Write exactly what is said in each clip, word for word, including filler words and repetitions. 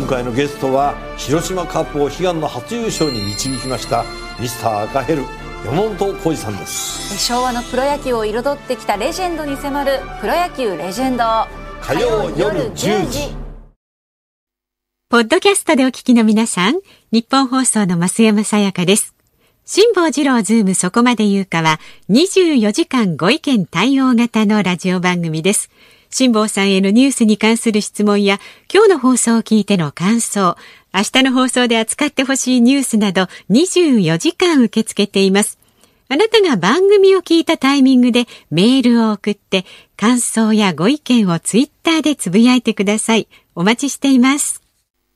回のゲストは広島カップを悲願の初優勝に導きましたミスター赤ヘル山本浩二さんです。 昭和のプロ野球を彩ってきたレジェンドに迫るプロ野球レジェンド、 火曜夜じゅうじ。 ポッドキャストでお聞きの皆さん、日本放送の増山さやかです。辛坊治郎ズームそこまで言うかはにじゅうよじかんご意見対応型のラジオ番組です。辛坊さんへのニュースに関する質問や今日の放送を聞いての感想、明日の放送で扱ってほしいニュースなどにじゅうよじかん受け付けています。あなたが番組を聞いたタイミングでメールを送って感想やご意見をツイッターでつぶやいてください。お待ちしています。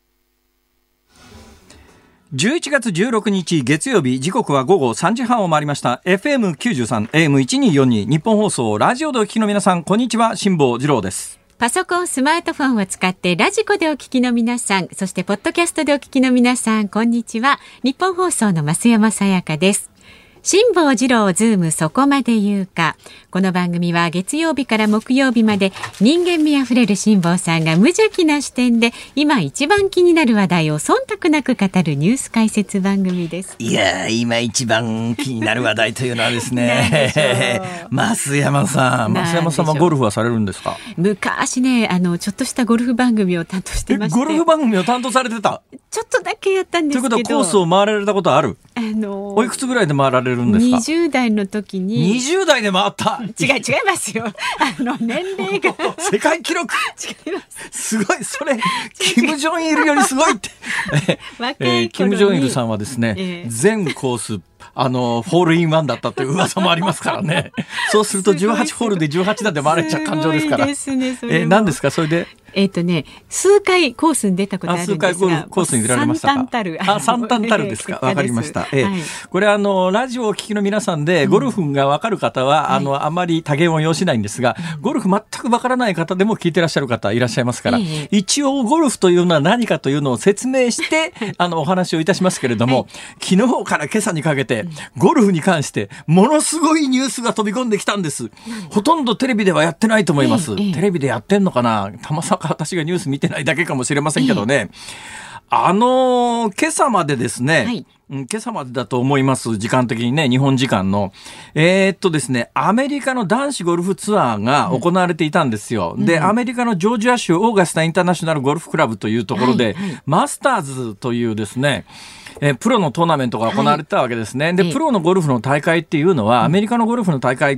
じゅういちがつじゅうろくにち月曜日、時刻はごごさんじはんを回りました。 エフエムきゅうじゅうさん エーエムせんにひゃくよんじゅうに 日本放送ラジオでお聞きの皆さん、こんにちは。辛坊治郎です。 パソコン、スマートフォンを使ってラジコでお聞きの皆さん、そしてポッドキャストでお聞きの皆さん、こんにちは。日本放送の増山さやかです。辛坊治郎ズームそこまで言うか。この番組は月曜日から木曜日まで人間味あふれる辛坊さんが無邪気な視点で今一番気になる話題を忖度なく語るニュース解説番組です。 いやー、今一番気になる話題というのはですね増山さん、増山さんはゴルフはされるんですか？ 昔ね、あのちょっとしたゴルフ番組を担当してまして。 ゴルフ番組を担当されてた？ ちょっとだけやったんですけど。 ということはコースを回られたことある？ あのー、 おいくつぐらいで回られるんですか？ にじゅうだいの時に。 にじゅうだいで回った？ 違い違いますよ。あの年齢が世界記録。 違います。 すごい、それキム・ジョンイルよりすごいって若い頃に、 えー、キム・ジョンイルさんはですね、えー、全コースあのホールインワンだったという噂もありますからね。そうするとじゅうはちホールでじゅうはちだんで回れちゃう感情ですから。 すごいですね、それも。 えー、何ですかそれで？ えっ、ー、とね、数回コースに出たことあるんですが、 数回コースに出られましたか？ 三段たる。 あ、三段たるですか。わかりました。えーはい、これあのラジオをお聞きの皆さんでゴルフがわかる方は、うん、あのあまり多言を要しないんですが、はい、ゴルフ全くわからない方でも聞いてらっしゃる方いらっしゃいますから、えー、一応ゴルフというのは何かというのを説明してあのお話をいたしますけれども、はい、昨日から今朝にかけてゴルフに関してものすごいニュースが飛び込んできたんです。ほとんどテレビではやってないと思います。えーえー、テレビでやってんのかな？たまさか私がニュース見てないだけかもしれませんけどね、えー、あのー、今朝までですね、はい、今朝までだと思います。時間的にね、日本時間のえー、っとですねアメリカの男子ゴルフツアーが行われていたんですよ、うん、でアメリカのジョージア州オーガスタインターナショナルゴルフクラブというところで、はいはい、マスターズというですねえー、プロのトーナメントが行われてたわけですね、はい、でプロのゴルフの大会っていうのはアメリカのゴルフの大会って、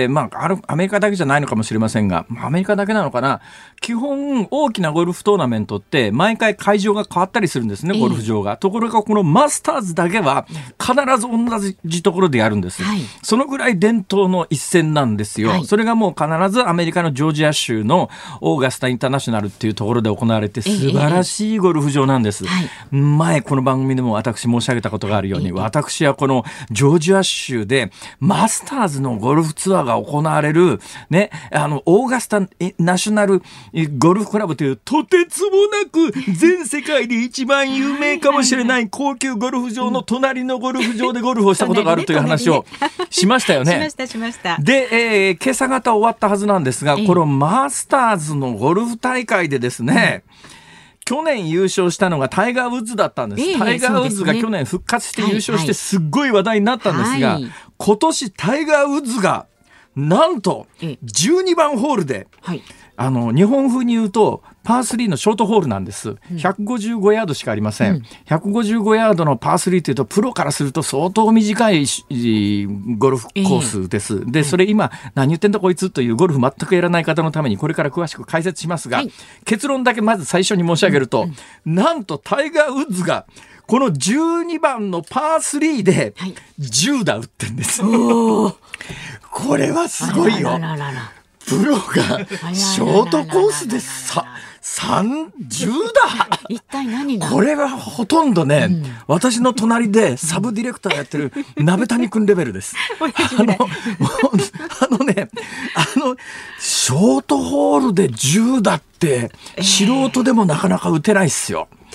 まあ、あるアメリカだけじゃないのかもしれませんが、アメリカだけなのかな、基本大きなゴルフトーナメントって毎回会場が変わったりするんですね、ゴルフ場が。ところがこのマスターズだけは必ず同じところでやるんです、はい、そのぐらい伝統の一戦なんですよ、はい、それがもう必ずアメリカのジョージア州のオーガスタインターナショナルっていうところで行われて素晴らしいゴルフ場なんです、はい、前この番組でも私申し上げたことがあるように、私はこのジョージア州でマスターズのゴルフツアーが行われる、ね、あのオーガスタナショナルゴルフクラブというとてつもなく全世界で一番有名かもしれない高級ゴルフ場の隣のゴルフ場でゴルフをしたことがあるという話をしましたよね。 しましたしました。 で、えー、今朝方終わったはずなんですが、このマスターズのゴルフ大会でですね、去年優勝したのがタイガー・ウッズだったんです、えー、タイガー・ウッズが去年復活して優勝してすっごい話題になったんですが、はいはい、今年タイガー・ウッズがなんとじゅうにばんホールで、はい、あの日本風に言うとパースリーのショートホールなんです。ひゃくごじゅうごヤードしかありません、うん、ひゃくごじゅうごヤードのパースリーというとプロからすると相当短いゴルフコースです、えー、でそれ今何言ってんだこいつというゴルフ全くやらない方のためにこれから詳しく解説しますが、はい、結論だけまず最初に申し上げると、うんうん、なんとタイガー・ウッズがこのじゅうにばんのパースリーでじゅう打打ってんです、はい、おこれはすごいよ。あらららら、プロがショートコースでささんじゅう打一体何が、 これはほとんどね、うん、私の隣でサブディレクターやってる鍋谷くんレベルですあのあのねあのショートホールでじゅう打って素人でもなかなか打てないっすよ、えー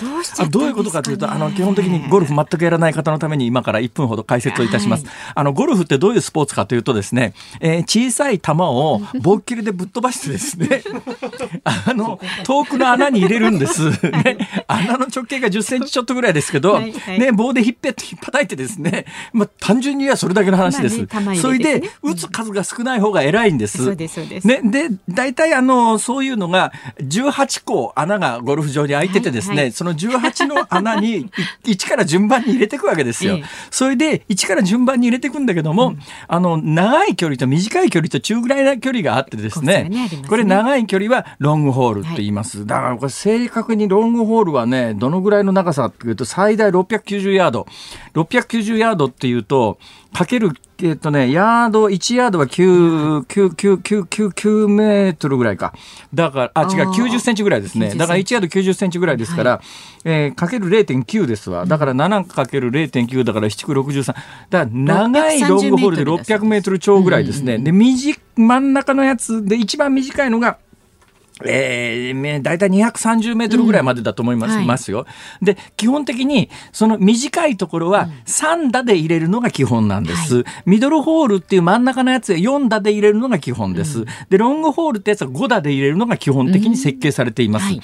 どうしちゃったんですかね。 どういうことかというと、あの基本的にゴルフ全くやらない方のために今からいっぷんほど解説をいたします。はい、あのゴルフってどういうスポーツかというとですね、えー、小さい球を棒っきりでぶっ飛ばしてですねあの遠くの穴に入れるんです、ね、穴の直径がじゅっセンチちょっとぐらいですけど、はいはい、ね、棒でひっぺってひっぱたいてですね、まあ、単純にはそれだけの話です。まあね、それで打つ数が少ない方が偉いんです。 そうですそうです、 ね、で大体あのそういうのがじゅうはちこ穴がゴルフ場に開いててですね、はいはい、そのじゅうはちの穴にいちから順番に入れていくわけですよ。ええ、それでいちから順番に入れていくんだけども、うん、あの長い距離と短い距離と中ぐらいな距離があってですね、ね、これ長い距離はロングホールって言います。はい、だからこれ正確にロングホールはね、どのぐらいの長さっていうと最大ろっぴゃくきゅうじゅうヤード。ろっぴゃくきゅうじゅうヤードっていうとかけるえっとね、ヤード、いちヤードはきゅう、きゅう、きゅう、きゅう、きゅう、きゅうメートルぐらいか。だから、あ、違う、きゅうじゅっセンチぐらいですね。だからいちヤードきゅうじゅっセンチぐらいですから、はい、えー、かける れいてんきゅう ですわ。だから ななかけるれいてんきゅう だからななくろくじゅうさん。だから長いロングホールでろっぴゃくメートル超ぐらいですね。で、短、真ん中のやつで一番短いのが、えー、だいたいにひゃくさんじゅうメートルぐらいまでだと思います、うん、はい、ますよ。で、基本的にその短いところはさん打で入れるのが基本なんです、はい、ミドルホールっていう真ん中のやつはよん打で入れるのが基本です、うん、でロングホールってやつはご打で入れるのが基本的に設計されています、うん、はい、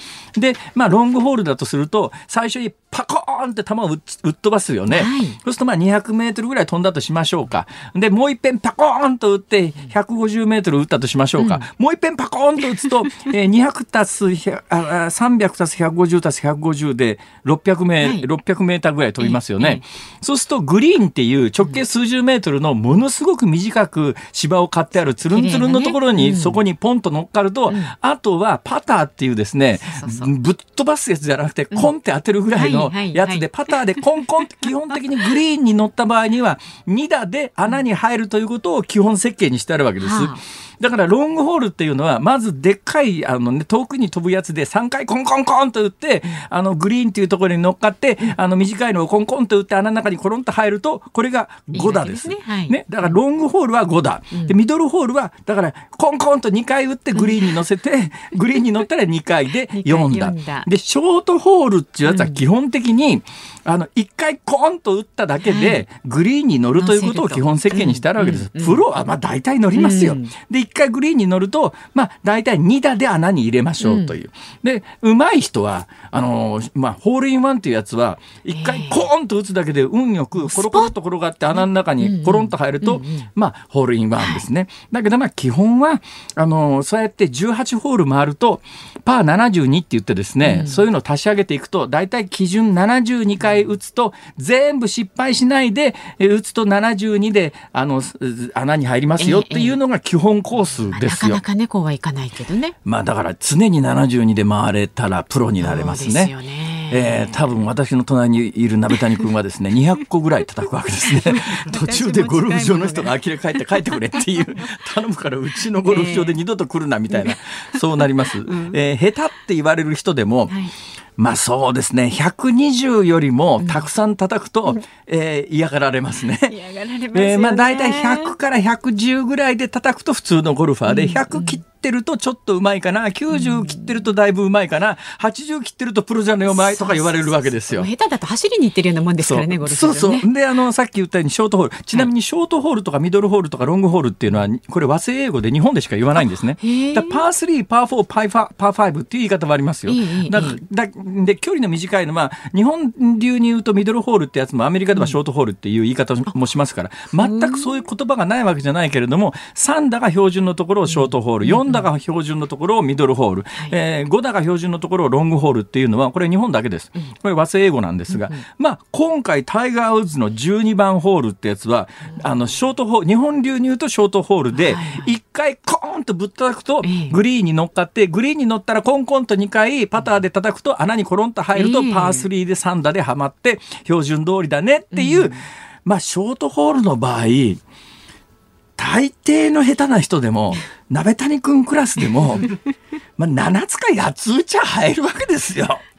で、まあ、ロングホールだとすると最初にパコーンって球を打っ飛ばすよね、はい、そうするとまあにひゃくメートルぐらい飛んだとしましょうか。でもう一遍パコーンと打ってひゃくごじゅうメートル打ったとしましょうか、うん、もう一遍パコーンと打つと、えー、にひゃくたすさんびゃくたすひゃくごじゅうたすひゃくごじゅうでろっぴゃくメー、はい、ろっぴゃくメーターぐらい飛びますよね、はい、そうするとグリーンっていう直径数十メートルのものすごく短く芝を刈ってあるつるんつるんのところにそこにポンと乗っかると、うん、あとはパターっていうですね、そうそうそう、ぶっ飛ばすやつじゃなくてコンって当てるぐらいのやつで、パターでコンコンって基本的にグリーンに乗った場合にはに打で穴に入るということを基本設計にしてあるわけです、はあ、だからロングホールっていうのはまずでっかいあの、ね、遠くに飛ぶやつでさんかいコンコンコンと打ってあのグリーンっていうところに乗っかってあの短いのをコンコンと打って穴の中にコロンと入るとこれがご打です。いいですね、はい、ね、だからロングホールはご打、うん、でミドルホールはだからコンコンとにかい打ってグリーンに乗せて、うん、グリーンに乗ったらにかいでよん打でショートホールっていうやつは基本的に、うん、あのいっかいコンと打っただけでグリーンに乗るということを基本設計にしてあるわけです、うん、プロはまあ大体乗りますよ、うん、でいっかいグリーンに乗ると、まあ、大体に打で穴に入れましょうという、うん、で上手い人はあのーまあ、ホールインワンというやつはいっかいコーンと打つだけで運よくコロコロっと転がって穴の中にコロンと入ると、うんうん、まあ、ホールインワンですね。だけどまあ基本はあのー、そうやってじゅうはちホール回るとパーななじゅうにって言ってですね、うん、そういうのを足し上げていくと大体基準ななじゅうにかい打つと全部失敗しないで打つとななじゅうにであの穴に入りますよっていうのが基本コースですよ。 なかなかねこうはいかないけどね、 まあ、だから常にななじゅうにで回れたらプロになれますね。そうですよね。えー、多分私の隣にいる鍋谷君はですねにひゃっこぐらい叩くわけですね途中でゴルフ場の人が呆れ返って帰ってくれっていう頼むからうちのゴルフ場で二度と来るなみたいな、そうなります、うん、えー、下手って言われる人でも、はい、まあそうですねひゃくにじゅうよりもたくさん叩くと、うん、えー、嫌がられますね。 嫌がられますよね。 えー、まあ大体ひゃくからひゃくじゅうぐらいで叩くと普通のゴルファーで、ひゃく切ってるとちょっとうまいかな、きゅうじゅう切ってるとだいぶうまいかな、はちじゅう切ってるとプロじゃねえお前とか言われるわけですよ。 そうそうそう、下手だと走りに行ってるようなもんですからね、ゴルフ場ね。 そうそう。であのさっき言ったようにショートホール、ちなみにショートホールとかミドルホールとかロングホールっていうのはこれ和製英語で日本でしか言わないんですね。だパースリー、パーフォー、パーファ、パーファイブっていう言い方もありますよ。いいだだで距離の短いのは日本流に言うとミドルホールってやつもアメリカではショートホールっていう言い方もしますから、うん、全くそういう言葉がないわけじゃないけれども、さん打が標準のところをショートホール、よん打が標準のところをミドルホール、はい、えー、ご打が標準のところをロングホールっていうのはこれ日本だけです。これ和製英語なんですが、うん、まあ今回タイガー・ウッズのじゅうにばんホールってやつは、うん、あのショートホール、日本流に言うとショートホールでいっかいコーンとぶったたくとグリーンに乗っかって、グリーンに乗ったらコンコンとにかいパターで叩くと穴にコロンと入るとパースリーでさん打ではまって標準通りだねっていう、うん、まあショートホールの場合大抵の下手な人でも鍋谷君クラスでもまあななつかやっつ打ちゃ入るわけですよ。 はあ、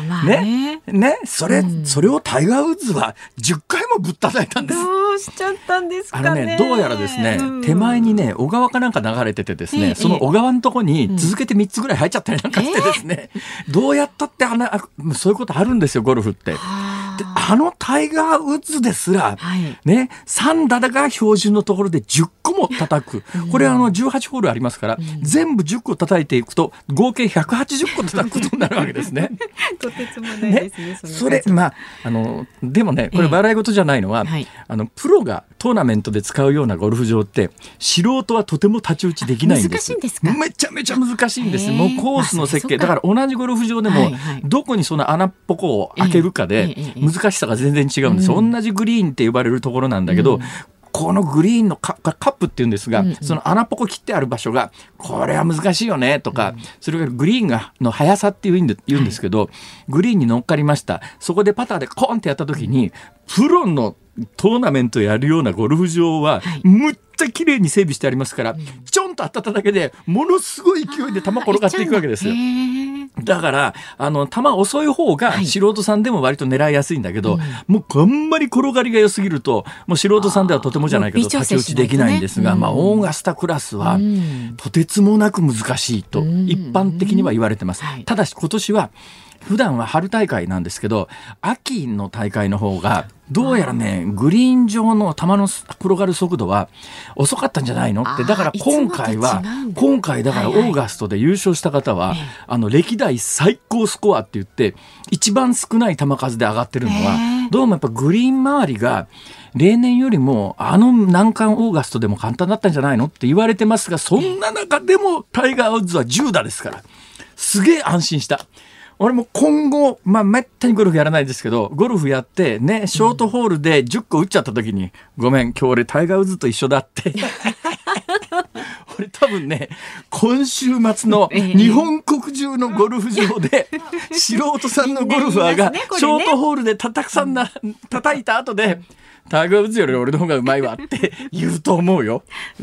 まあねね、ね、それ、うん、それをタイガー・ウッズはじゅっかいもぶったたいたんです。 どうしちゃったんですかね。 あのね、どうやらですね、うん、手前にね小川かなんか流れててですね、ええ、その小川のとこに続けてみっつぐらい入っちゃったりなんかしてですね、え、どうやったってあのそういうことあるんですよゴルフって。であのタイガー・ウッズですら、はいね、さん打が標準のところでじゅっこも叩く、これはあのじゅうはちホールありますから、うん、全部じゅっこ叩いていくと合計ひゃくはちじゅっこ叩くことになるわけですね。 とてつもないですね。 ね、そ, それまああのでもねこれ笑い事じゃないのは、えーはい、あのプロがトーナメントで使うようなゴルフ場って素人はとても太刀打ちできないんです。 難しいんですか。 めちゃめちゃ難しいんです。もうコースの設計だから同じゴルフ場でも、はいはい、どこにその穴っぽこを開けるかで難しさが全然違うんです、うん、同じグリーンって呼ばれるところなんだけど、うん、このグリーンの カ, カップっていうんですが、うんうん、その穴っぽこ切ってある場所がこれは難しいよねとか、うん、それからグリーンがの速さっていうんで言うんですけど、はい、グリーンに乗っかりました。そこでパターでコーンってやった時にプロのトーナメントやるようなゴルフ場はむっちゃ綺麗に整備してありますから、はい、ちょんと当たっただけでものすごい勢いで球転がっていくわけですよ。だからあの球遅い方が素人さんでも割と狙いやすいんだけど、はい、もうあんまり転がりが良すぎるともう素人さんではとてもじゃないけど太刀打ちできないんですが、ね、まあ、オーガスタクラスはとてつもなく難しいと一般的には言われてます。はい、ただし今年は普段は春大会なんですけど秋の大会の方がどうやらねグリーン上の球の転がる速度は遅かったんじゃないのって。だから今回は今回だからオーガストで優勝した方は、はいはい、あの歴代最高スコアって言って一番少ない球数で上がってるのはどうもやっぱグリーン周りが例年よりもあの難関オーガストでも簡単だったんじゃないのって言われてますが、そんな中でもタイガー・ウッズはじゅう打ですからすげえ安心した。俺も今後、まあ、めったにゴルフやらないですけどゴルフやってねショートホールでじゅっこ打っちゃった時に、うん、ごめん今日俺タイガー・ウッズと一緒だって俺多分ね今週末の日本国中のゴルフ場で素人さんのゴルファーがショートホールで叩くさんな叩いた後でタイガー・ウッズより俺の方がうまいわって言うと思うよ。うん、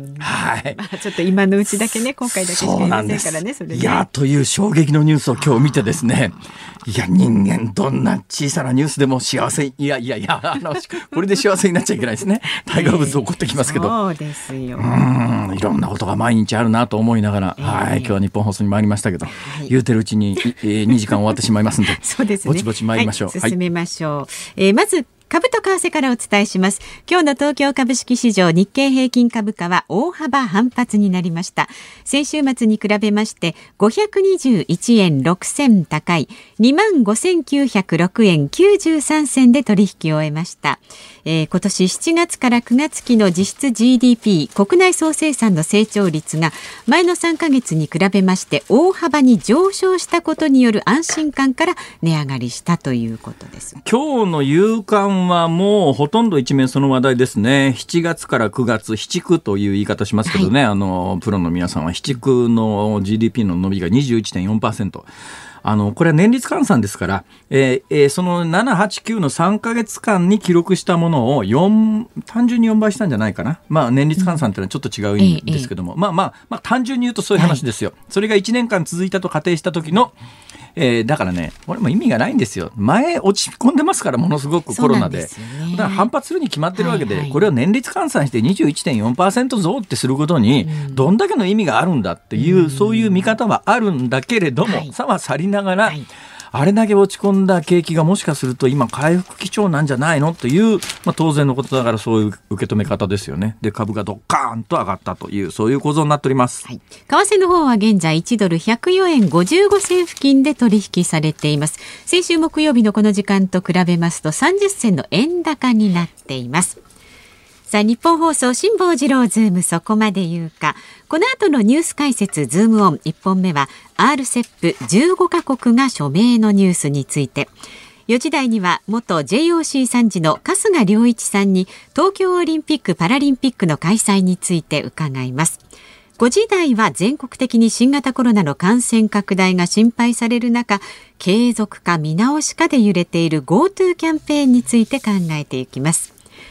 はい、 まあ、ちょっと今のうちだけね今回だけしかいませんからね。それねいやという衝撃のニュースを今日見てですね、いや人間どんな小さなニュースでも幸せいやいやいやあのこれで幸せになっちゃいけないですね。タイガー・ウッズ怒ってきますけど、 そうですよ。 うんいろんなことが毎日あるなと思いながら、えー、はい今日は日本放送に参りましたけど、はい、言うてるうちに、えー、にじかん終わってしまいますんでそうですね、 ぼちぼち参りましょう。 はい、進めましょう。えー、まず株と為替からお伝えします。今日の東京株式市場日経平均株価は大幅反発になりました。先週末に比べましてごひゃくにじゅういちえんろくせん高い にまんごせんきゅうひゃくろくえんきゅうじゅうさんせんで取引を終えました。えー、今年しちがつからくがつ期の実質 ジーディーピー 国内総生産の成長率が前のさんかげつに比べまして大幅に上昇したことによる安心感から値上がりしたということです。 今日の夕刊はもうほとんど一面その話題ですね。しちがつからくがつ、七区という言い方しますけどね、はい、あのプロの皆さんは七区の ジーディーピー の伸びが にじゅういってんよんパーセント。あのこれは年率換算ですから、えーえー、そのなな、はち、きゅうのさんかげつかんに記録したものをよん単純によんばいしたんじゃないかな。まあ年率換算というのはちょっと違うんですけども、うん、まあまあ、まあ、単純に言うとそういう話ですよ、はい、それがいちねんかん続いたと仮定した時のえー、だからねこれも意味がないんですよ。前落ち込んでますからものすごくコロナ で, で、ね、だから反発するに決まってるわけで、はいはい、これを年率換算して にじゅういってんよんパーセント 増ってすることにどんだけの意味があるんだっていう、うん、そういう見方はあるんだけれども、はい、さは去りながら、はい、あれだけ落ち込んだ景気がもしかすると今回復基調なんじゃないのという、まあ、当然のことだからそういう受け止め方ですよね。で株がドッカーンと上がったというそういう構造になっております、 はい、為替の方は現在いちドルひゃくよえんごじゅうごせん付近で取引されています。先週木曜日のこの時間と比べますとさんじゅっせんの円高になっています。さあ日本放送辛坊治郎ズームそこまで言うか。この後のニュース解説ズームオンいっぽんめは アールセップじゅうご カ国が署名のニュースについて、よじ台には元 ジェイオーシー 参事の春日良一さんに東京オリンピック・パラリンピックの開催について伺います。ごじ台は全国的に新型コロナの感染拡大が心配される中、継続か見直しかで揺れている GoTo キャンペーンについて考えていきます。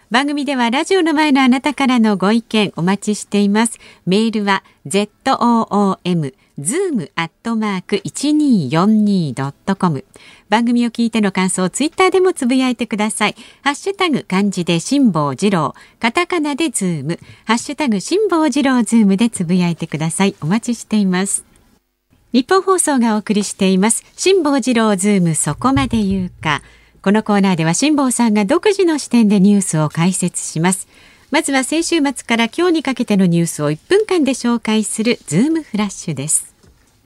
番組ではラジオの前のあなたからのご意見お待ちしています。メールは ズーム ズーム アットマーク いちにーよんにー ドットコム。番組を聞いての感想をツイッターでもつぶやいてください。ハッシュタグ漢字で辛坊治郎、カタカナでズーム、ハッシュタグ辛坊治郎ズームでつぶやいてください。お待ちしています。日本放送がお送りしています辛坊治郎ズームそこまで言うか。このコーナーでは辛坊さんが独自の視点でニュースを解説します。まずは先週末から今日にかけてのニュースをいっぷんかんで紹介するズームフラッシュです。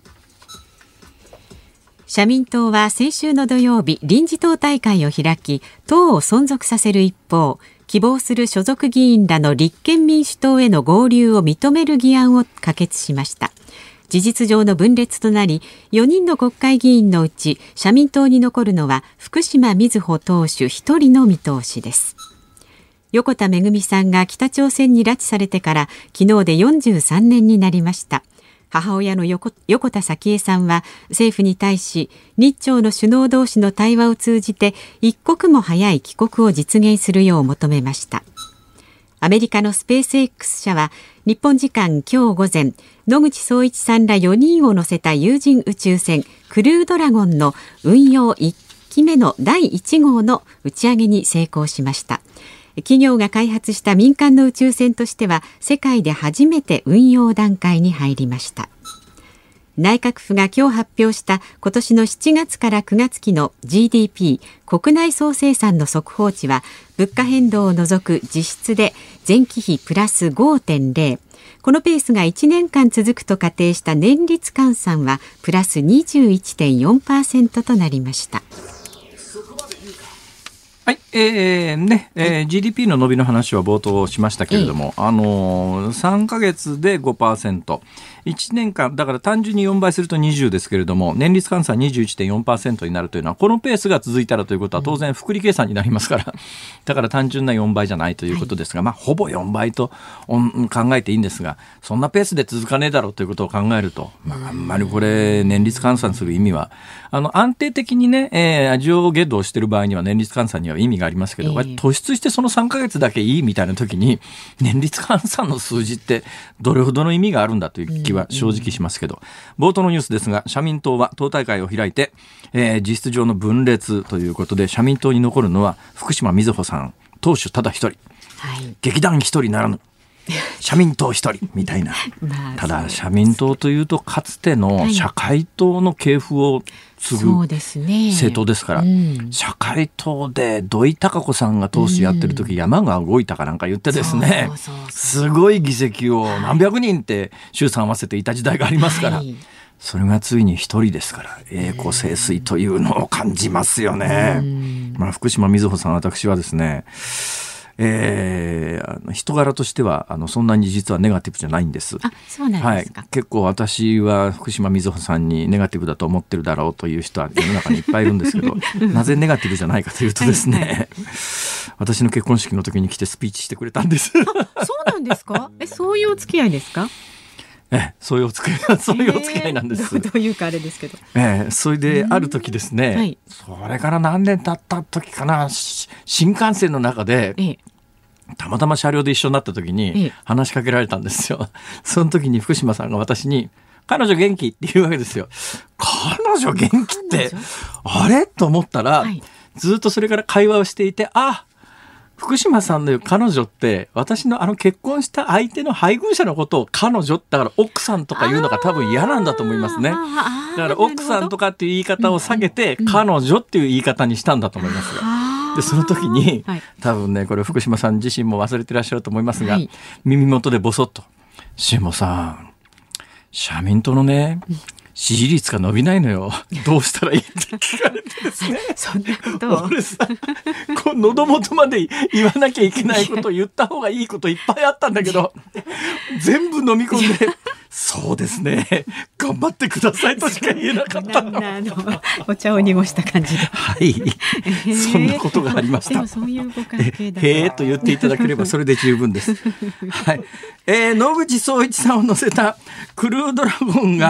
社民党は先週の土曜日、臨時党大会を開き、党を存続させる一方、希望する所属議員らの立憲民主党への合流を認める議案を可決しました。事実上の分裂となり、よにんの国会議員のうち社民党に残るのは福島みずほ党首ひとりの見通しです。横田めぐみさんが北朝鮮に拉致されてから昨日でよんじゅうさんねんになりました。母親の 横, 横田早紀江さんは政府に対し、日朝の首脳同士の対話を通じて一刻も早い帰国を実現するよう求めました。アメリカのスペース X 社は日本時間今日午前、野口聡一さんらよにんを乗せた有人宇宙船クルードラゴンの運用いっきめのだいいち号の打ち上げに成功しました。企業が開発した民間の宇宙船としては世界で初めて運用段階に入りました。内閣府が今日発表した今年のしちがつからくがつ期の ジーディーピー 国内総生産の速報値は物価変動を除く実質で前期比プラス ごてんゼロ、このペースがいちねんかん続くと仮定した年率換算はプラス にじゅういってんよんパーセント となりました。 はい、えーねえー、ジーディーピー の伸びの話は冒頭しましたけれども、ええ、あのー、さんかげつで ごパーセント、いちねんかんだから単純によんばいするとにじゅうですけれども、年率換算 にじゅういってんよんパーセント になるというのはこのペースが続いたらということは当然複利計算になりますから、うん、だから単純なよんばいじゃないということですが、はい、まあ、ほぼよんばいと考えていいんですが、そんなペースで続かねえだろうということを考えると、まあ、あんまりこれ年率換算する意味はあの安定的にね、えー、上下動している場合には年率換算には意味がありますけど、えー、突出してそのさんかげつだけいいみたいな時に年率換算の数字ってどれほどの意味があるんだという気は正直しますけど、うんうん、冒頭のニュースですが、社民党は党大会を開いて、えー、実質上の分裂ということで社民党に残るのは福島みずほさん党首ただ一人、はい、劇団一人ならぬ社民党一人みたいな、まあ、ただ社民党というとかつての社会党の系譜を継ぐ政党ですから、うん、社会党で土井孝子さんが党首やってる時、うん、山が動いたかなんか言ってですね、そうそうそうそう、すごい議席を何百人って衆参合わせていた時代がありますから、はい、それがついに一人ですから栄枯盛衰というのを感じますよね、うん、まあ、福島みずほさん、私はですね、えー、人柄としてはあのそんなに実はネガティブじゃないんです。 あ、そうなんですか。 はい、結構私は福島みずほさんにネガティブだと思ってるだろうという人は世の中にいっぱいいるんですけどなぜネガティブじゃないかというとですね、はいはい、私の結婚式の時に来てスピーチしてくれたんですあ、そうなんですか。え、そういうお付き合いですか。 えそういうお付き合い、そういうお付き合いなんです、 えー、どういうかあれですけど、 えー、それである時ですね、はい、それから何年経った時かな、新幹線の中で、えーたまたま車両で一緒になった時に話しかけられたんですよ。その時に福島さんが私に彼女元気って言うわけですよ。彼女元気ってあれと思ったら、はい、ずっとそれから会話をしていて、あ、福島さんの言う彼女って私のあの結婚した相手の配偶者のことを彼女だから奥さんとか言うのが多分嫌なんだと思いますね。だから奥さんとかっていう言い方を下げて、うん、彼女っていう言い方にしたんだと思いますよ。でその時に、はい、多分ねこれ福島さん自身も忘れてらっしゃると思いますが、はい、耳元でボソッと、下さん社民党のね支持率が伸びないのよ、どうしたらいいって聞かれてですねそんなことを俺さ、こう喉元まで言わなきゃいけないことを言った方がいいこといっぱいあったんだけど全部飲み込んでそうですね頑張ってくださいとしか言えなかったの。 あのお茶を濁した感じではい、えー、そんなことがありました。 でもそういうご関係だへーと言っていただければそれで十分です、はい、えー、野口聡一さんを乗せたクルードラゴンが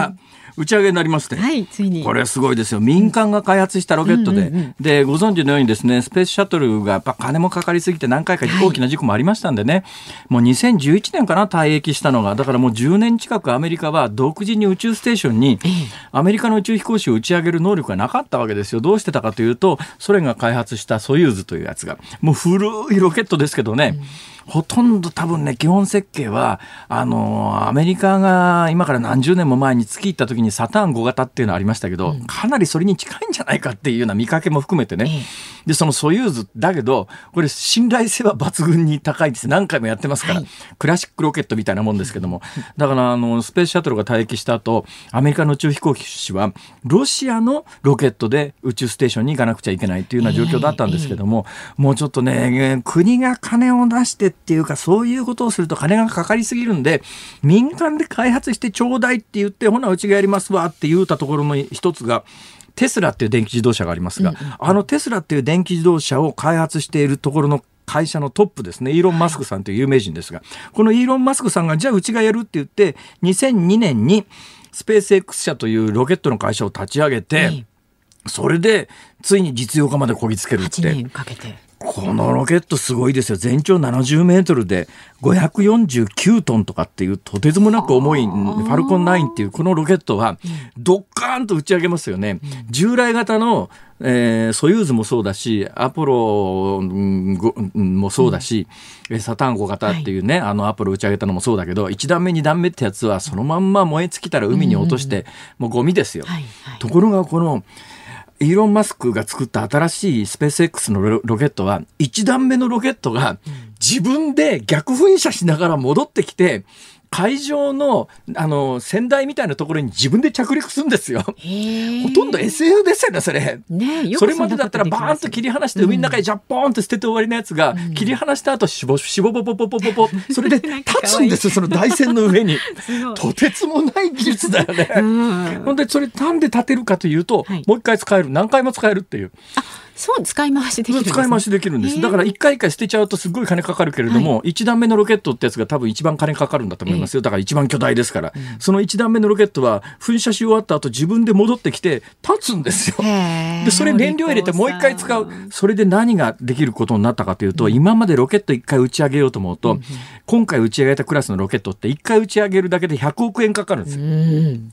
打ち上げになりまして、 はい、ついにこれすごいですよ。民間が開発したロケットで、うんうんうん、でご存知のようにですね、スペースシャトルがやっぱ金もかかりすぎて何回か大きな事故もありましたんでね、はい、もうにせんじゅういちねんかな退役したのが。だからもうじゅうねん近くアメリカは独自に宇宙ステーションにアメリカの宇宙飛行士を打ち上げる能力がなかったわけですよ。どうしてたかというと、ソ連が開発したソユーズというやつが、もう古いロケットですけどね、うん、ほとんど多分ね、基本設計はあのアメリカが今から何十年も前に月行った時にサターンご型っていうのありましたけど、うん、かなりそれに近いんじゃないかっていうような見かけも含めてね、ええ、でそのソユーズだけどこれ信頼性は抜群に高いです。何回もやってますから、はい、クラシックロケットみたいなもんですけども、だからあのスペースシャトルが退役した後、アメリカの宇宙飛行士はロシアのロケットで宇宙ステーションに行かなくちゃいけないっていうような状況だったんですけども、ええ、もうちょっとね、国が金を出してっていうか、そういうことをすると金がかかりすぎるんで、民間で開発してちょうだいって言って、ほなうちがやりますわって言うたところの一つがテスラっていう電気自動車がありますが、うんうん、あのテスラっていう電気自動車を開発しているところの会社のトップですね、イーロン・マスクさんという有名人ですが、このイーロン・マスクさんがじゃあうちがやるって言ってにせんにねんにスペース X 社というロケットの会社を立ち上げて、うん、それでついに実用化までこぎつけるって。はちねんかけて。このロケットすごいですよ。全長ななじゅうメートルでごひゃくよんじゅうきゅうトンとかっていうとてつもなく重いファルコンナインっていうこのロケットはドッカーンと打ち上げますよね。従来型の、えー、ソユーズもそうだし、アポロもそうだし、うん、サターンご型っていうね、はい、あのアポロ打ち上げたのもそうだけど、いち段目に段目ってやつはそのまんま燃え尽きたら海に落として、うんうん、もうゴミですよ、はいはい、ところがこのイーロン・マスクが作った新しいスペース X の ロ, ロケットはいち段目のロケットが自分で逆噴射しながら戻ってきて、海上 の, あの船台みたいなところに自分で着陸するんですよ。ほとんど エスエフ ですよね、それ。ね、よくそれまでだったらバーンと切り離して海の中にジャッポーンって捨てて終わりのやつが、うん、切り離した後しぼしぼぼぼぼぼぼぼそれで立つんですよ、その台船の上に。とてつもない技術だよね。ほんでそれなんで立てるかというと、はい、もう一回使える、何回も使えるっていう。あ、 そう使い回しできるんですね。 使い回しできるんです。だから一回一回捨てちゃうとすごい金かかるけれども、はい、いち段目のロケットってやつが多分一番金かかるんだと思いますよ。だから一番巨大ですから、うん、そのいち段目のロケットは噴射し終わった後自分で戻ってきて立つんですよ。でそれ燃料入れてもう一回使う。それで何ができることになったかというと、うん、今までロケット一回打ち上げようと思うと、うん、今回打ち上げたクラスのロケットって一回打ち上げるだけでひゃくおくえんかかるんですよ、うん、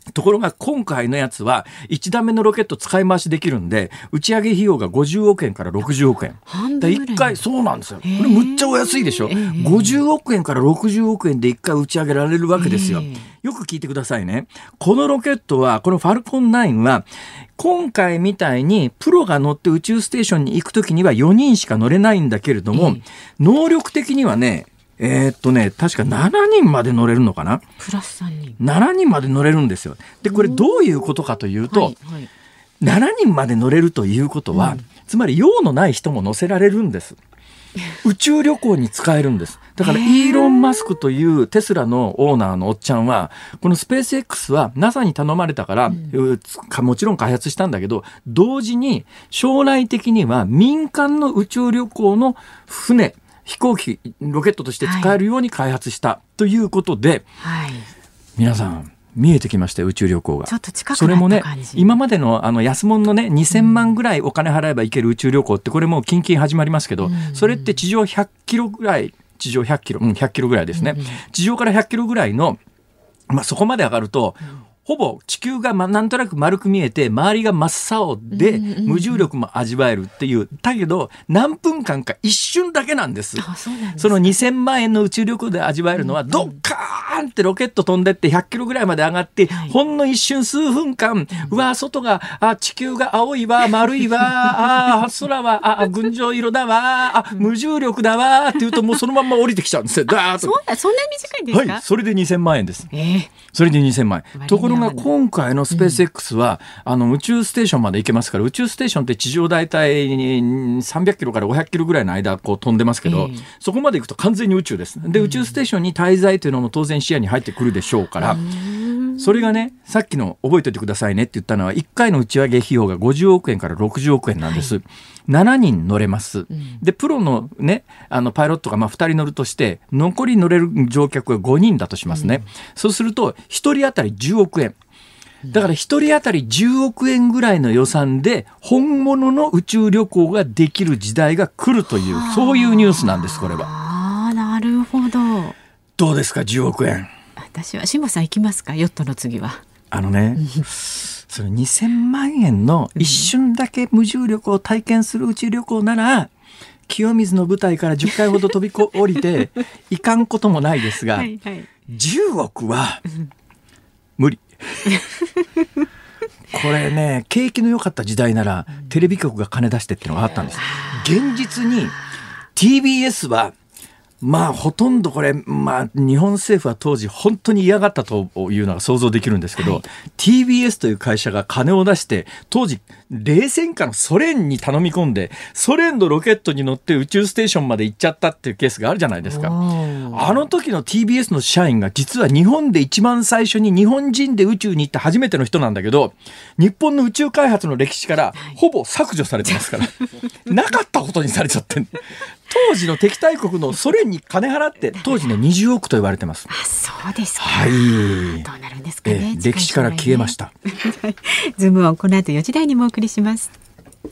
ところが今回のやつはいち段目のロケット使い回しできるんで、打ち上げ費用がごじゅうおくえんからろくじゅうおくえん。だいっかい、そうなんですよ。これむっちゃお安いでしょ。ごじゅうおくえんからろくじゅうおくえんでいっかい打ち上げられるわけですよ。よく聞いてくださいね。このロケットは、このファルコンナインは今回みたいにプロが乗って宇宙ステーションに行くときにはよにんしか乗れないんだけれども、能力的にはね、えー、っとね確かしちにんまで乗れるのかな。 プラスさんにん。しちにんまで乗れるんですよ。でこれどういうことかというと、はいはい、しちにんまで乗れるということは、うん、つまり用のない人も乗せられるんです。宇宙旅行に使えるんです。だからイーロン・マスクというテスラのオーナーのおっちゃんは、このスペース X は ナサ に頼まれたから、うん、もちろん開発したんだけど、同時に将来的には民間の宇宙旅行の船、飛行機、ロケットとして使えるように開発したということで、はい、皆さん見えてきましたよ、宇宙旅行が。 ちょっと近くなった感じ。それもね、 今までのあの安物のねにせんまんぐらいお金払えば行ける宇宙旅行って、これもう近々始まりますけど、うん、それって地上ひゃっキロぐらい、地上ひゃっキロ、うん、ひゃっキロぐらいですね、うん、地上からひゃっキロぐらいの、まあ、そこまで上がると、うん、ほぼ地球がなんとなく丸く見えて周りが真っ青で無重力も味わえるっていう。だけど何分間か一瞬だけなんです。あ、そうなんです。そのにせんまんえんの宇宙旅行で味わえるのは、ドッカーンってロケット飛んでってひゃっキロぐらいまで上がって、はい、ほんの一瞬数分間、うわ外があ地球が青いわ丸いわあ空はあ群青色だわあ無重力だわって言うと、もうそのまんま降りてきちゃうんですよ。ダーッと。 そんなそんな短いんですか。 はい、それでにせんまんえんです、 えー、 それでにせんまんえん。ところが今回のスペース X は、うん、あの宇宙ステーションまで行けますから。宇宙ステーションって地上大体にさんびゃっキロからごひゃっキロぐらいの間こう飛んでますけど、えー、そこまで行くと完全に宇宙です。で、うん、宇宙ステーションに滞在というのも当然視野に入ってくるでしょうから、それがね、さっきの覚えておいてくださいねって言ったのは、いっかいの打ち上げ費用がごじゅうおくえんからろくじゅうおくえんなんです、はい、しちにん乗れます、うん、でプロのねあのパイロットがまあふたり乗るとして、残り乗れる乗客がごにんだとしますね、うん、そうするとひとり当たりじゅうおくえん。 だから一人当たりじゅうおくえんぐらいの予算で本物の宇宙旅行ができる時代が来るという、そういうニュースなんです。これは。 ああ、なるほど。 どうですか、じゅうおくえん。 私は辛坊さん行きますか、ヨットの次は。 あのねそれにせんまんえんの一瞬だけ無重力を体験する宇宙旅行なら、清水の舞台からじゅっかいほど飛び降りていかんこともないですが、はい、はい、じゅうおくは無理これね、景気の良かった時代ならテレビ局が金出してっていうのがあったんです。現実に ティービーエス はまあほとんどこれ、まあ、日本政府は当時本当に嫌がったというのが想像できるんですけど、はい、ティービーエス という会社が金を出して当時冷戦下のソ連に頼み込んでソ連のロケットに乗って宇宙ステーションまで行っちゃったっていうケースがあるじゃないですか。あの時の ティービーエス の社員が実は日本で一番最初に日本人で宇宙に行った初めての人なんだけど、日本の宇宙開発の歴史からほぼ削除されてますからなかったことにされちゃってん当時の敵対国のソ連に金払って当時ねにじゅうおくと言われてます。 あ、そうですか。 はい、 どうなるんですかね。 え歴史から消えましたズームオン、この後よじ台にもお送りします。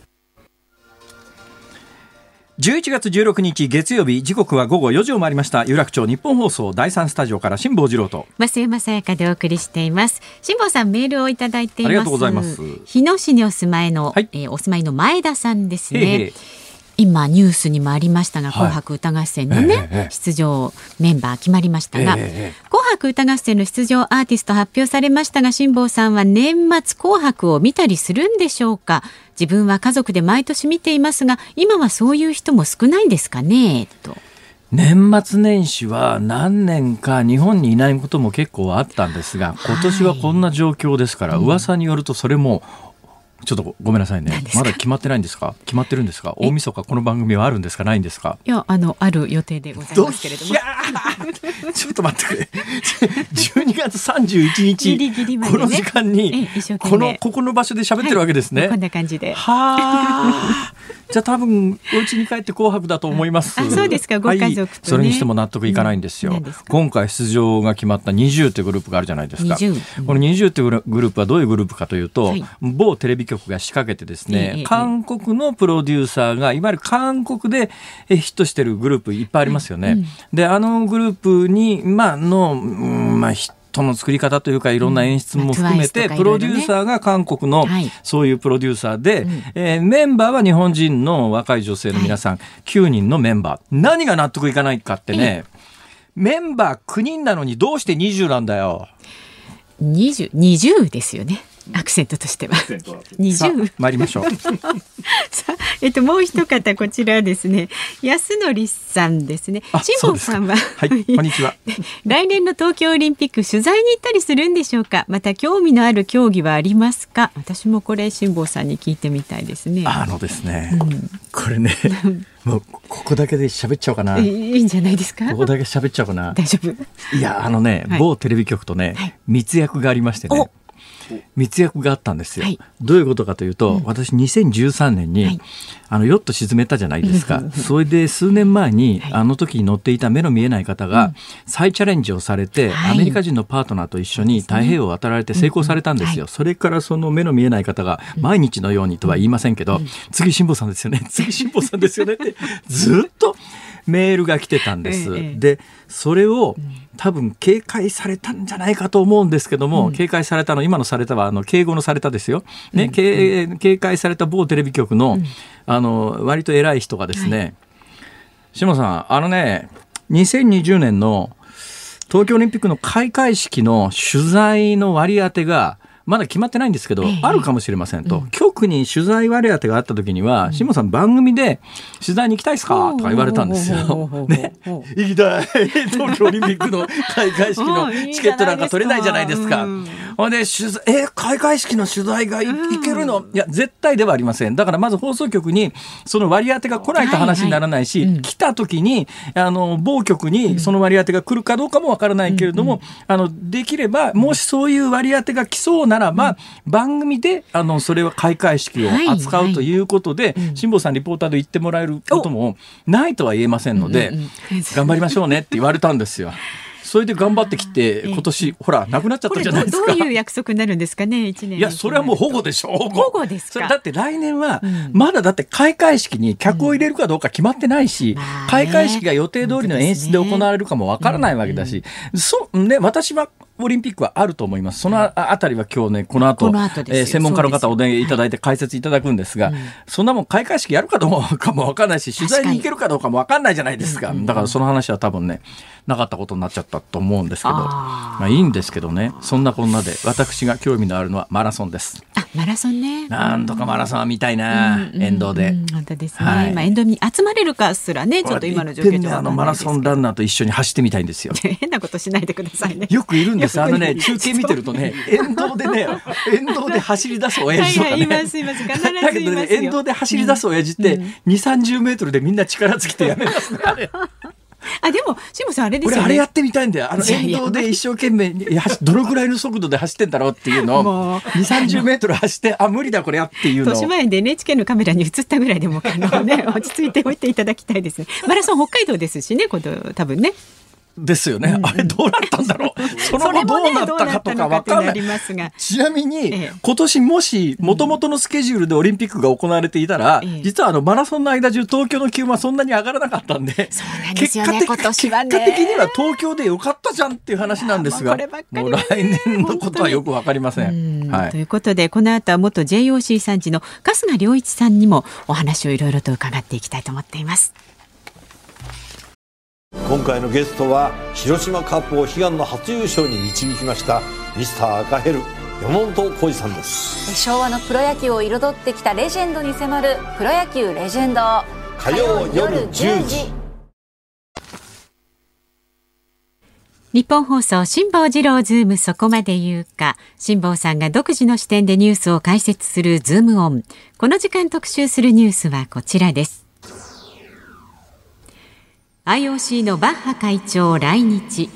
じゅういちがつじゅうろくにち月曜日、時刻はごごよじを回りました。有楽町日本放送だいさんスタジオから辛坊治郎と増山さやかでお送りしています。辛坊さん、メールをいただいています。 ありがとうございます。 日野市にお住まいの、はい、えー、お住まいの前田さんですね。へへ、今ニュースにもありましたが、はい、紅白歌合戦のね、えー、出場メンバー決まりましたが、えー、紅白歌合戦の出場アーティスト発表されましたが、辛坊さんは年末紅白を見たりするんでしょうか。自分は家族で毎年見ていますが、今はそういう人も少ないんですかねと。 年末年始は何年か日本にいないことも結構あったんですが、今年はこんな状況ですから、はい、噂によるとそれもちょっとごめんなさいね、まだ決まってないんですか。決まってるんですか。大晦日この番組はあるんですか、ないんですか。 いや、あのある予定でございますけれども。 いやちょっと待ってくれじゅうにがつさんじゅういちにちギリギリまで、ね、この時間にこのここの場所で喋ってるわけですね、 はい、こんな感じで。 はじゃあ多分お家に帰って紅白だと思います。 あ、そうですか。ご家族とね、はい、 それにしても納得いかないんですよ、うん、です今回出場が決まったニジューというグループがあるじゃないですか。にじゅう、うん、このニジューというグループはどういうグループかというと、はい、某テレビ局が仕掛けてですね、ええ、韓国のプロデューサーがいわゆる韓国でヒットしてるグループいっぱいありますよね、うん、であのグループに、まあのうんまあ、ヒットの作り方というかいろんな演出も含めて、うんまあ、プロデューサーが韓国のそういうプロデューサーで、はいえー、メンバーは日本人の若い女性の皆さん、はい、きゅうにんのメンバー。何が納得いかないかってね、メンバーきゅうにんなのにどうしてにじゅうなんだよ。 にじゅう、にじゅうですよね、アクセントとしては。にじゅう。 参りましょう。 さあ、えっと、もう一方こちらですね、安則さんですね。辛坊さんは、 はい、こんにちは。 来年の東京オリンピック取材に行ったりするんでしょうか。また興味のある競技はありますか。私もこれ辛坊さんに聞いてみたいですね。 あのですね、うん、これねもうここだけで喋っちゃおうかな。 いいんじゃないですか。 ここだけ喋っちゃおうかな。 大丈夫。 いや、あのね、はい、某テレビ局とね、はい、密約がありましてね、密約があったんですよ、はい、どういうことかというと、うん、私にせんじゅうさんねんに、はい、あのヨット沈めたじゃないですかそれで数年前に、はい、あの時に乗っていた目の見えない方が、うん、再チャレンジをされて、はい、アメリカ人のパートナーと一緒に太平洋を渡られて成功されたんですよ、うんはい、それからその目の見えない方が毎日のようにとは言いませんけど、うん、次辛坊さんですよね次辛坊さんですよねってずっとメールが来てたんです、ええ、でそれを多分警戒されたんじゃないかと思うんですけども、うん、警戒されたの今のされたはあの敬語のされたですよ、ねうん警うん、警戒された某テレビ局の、うん、あの割と偉い人がですね、はい、下さんあのねにせんにじゅうねんの東京オリンピックの開会式の取材の割り当てがまだ決まってないんですけど、ええ、あるかもしれませんと、うん、局に取材割り当てがあった時には、うん、下さん番組で取材に行きたいですかとか言われたんですよ、ね、行きたい東京オリンピックの開会式のチケットなんか取れないじゃないですか。ほんで取材え開会式の取材が い,、うん、いけるのいや絶対ではありません。だからまず放送局にその割り当てが来ないと話にならないし、はいはいうん、来た時にあの某局にその割り当てが来るかどうかもわからないけれども、うん、あのできればもしそういう割り当てが来そうなならば、うん、番組であのそれは開会式を扱うということで、はいはい、辛坊さんリポーターで言ってもらえることもないとは言えませんので、うんうんうん、頑張りましょうねって言われたんですよ。 それで頑張ってきて今年ほらなくなっちゃったじゃないですか。 これ ど, どういう約束になるんですかね。いちねん。 いやそれはもう保護でしょ。保護。 保護ですか。 それだって来年はまだだって開会式に客を入れるかどうか決まってないし、うん、開会式が予定通りの演出で行われるかもわからないわけだし、うん、そうね、私はオリンピックはあると思います。そのあたりは今日ね、この後、この後えー、専門家の方をお電話いただいて解説いただくんですが、はい、そんなもん開会式やるかどうかも分かんないし、取材に行けるかどうかも分かんないじゃないですか。だからその話は多分ね、なかったことになっちゃったと思うんですけど、あ、まあいいんですけどね、そんなこんなで私が興味のあるのはマラソンです。 あ、マラソンね。 なんとかマラソンは見たいな、うん、沿道で。うん、 本当ですね。はい、まあ、沿道に集まれるかすらね、ちょっと今の状況では、ね、 あのマラソンランナーと一緒に走ってみたいんですよ。 変なことしないでくださいね。 よくいるんです。あのね、中継見てるとね、沿道でね、沿道で走り出す親父とかね。はいはい、いますいます。必ずいますよ。だけどね、沿道で走り出す親父って、うん、に、さんじゅうメートルでみんな力尽きてやめますね。あれあ、でも辛坊さんあれですよね。 俺あれやってみたいんだよ。あの沿道で一生懸命どのぐらいの速度で走ってんだろうっていうのをに、さんじゅうメートル走って、あ、無理だこれやっていうのを豊島園で エヌエイチケー のカメラに映ったぐらいでもあの、ね、落ち着いておいていただきたいですね。マラソン北海道ですしね、今度多分ね。 ですよね、うんうん、あれどうなったんだろう。その後どうなったかとか分からない。ちなみに、ええ、今年もし元々のスケジュールでオリンピックが行われていたら、うん、実はあのマラソンの間中東京の気温はそんなに上がらなかったんで、 そうなんですよね、今年はね、 結果的には東京でよかったじゃんっていう話なんですが、もう来年のことはよく分かりません。はい、 ということでこの後は元 ジェイオーシー 参事の春日良一さんにもお話をいろいろと伺っていきたいと思っています。 今回のゲストは広島カップを悲願の初優勝に導きましたミスター赤ヘル山本浩二さんです。 昭和のプロ野球を彩ってきたレジェンドに迫るプロ野球レジェンド、 火曜夜じゅうじ。 日本放送辛坊治郎ズームそこまで言うか。辛坊さんが独自の視点でニュースを解説するズームオン。この時間特集するニュースはこちらです。アイオーシー のバッハ会長来日。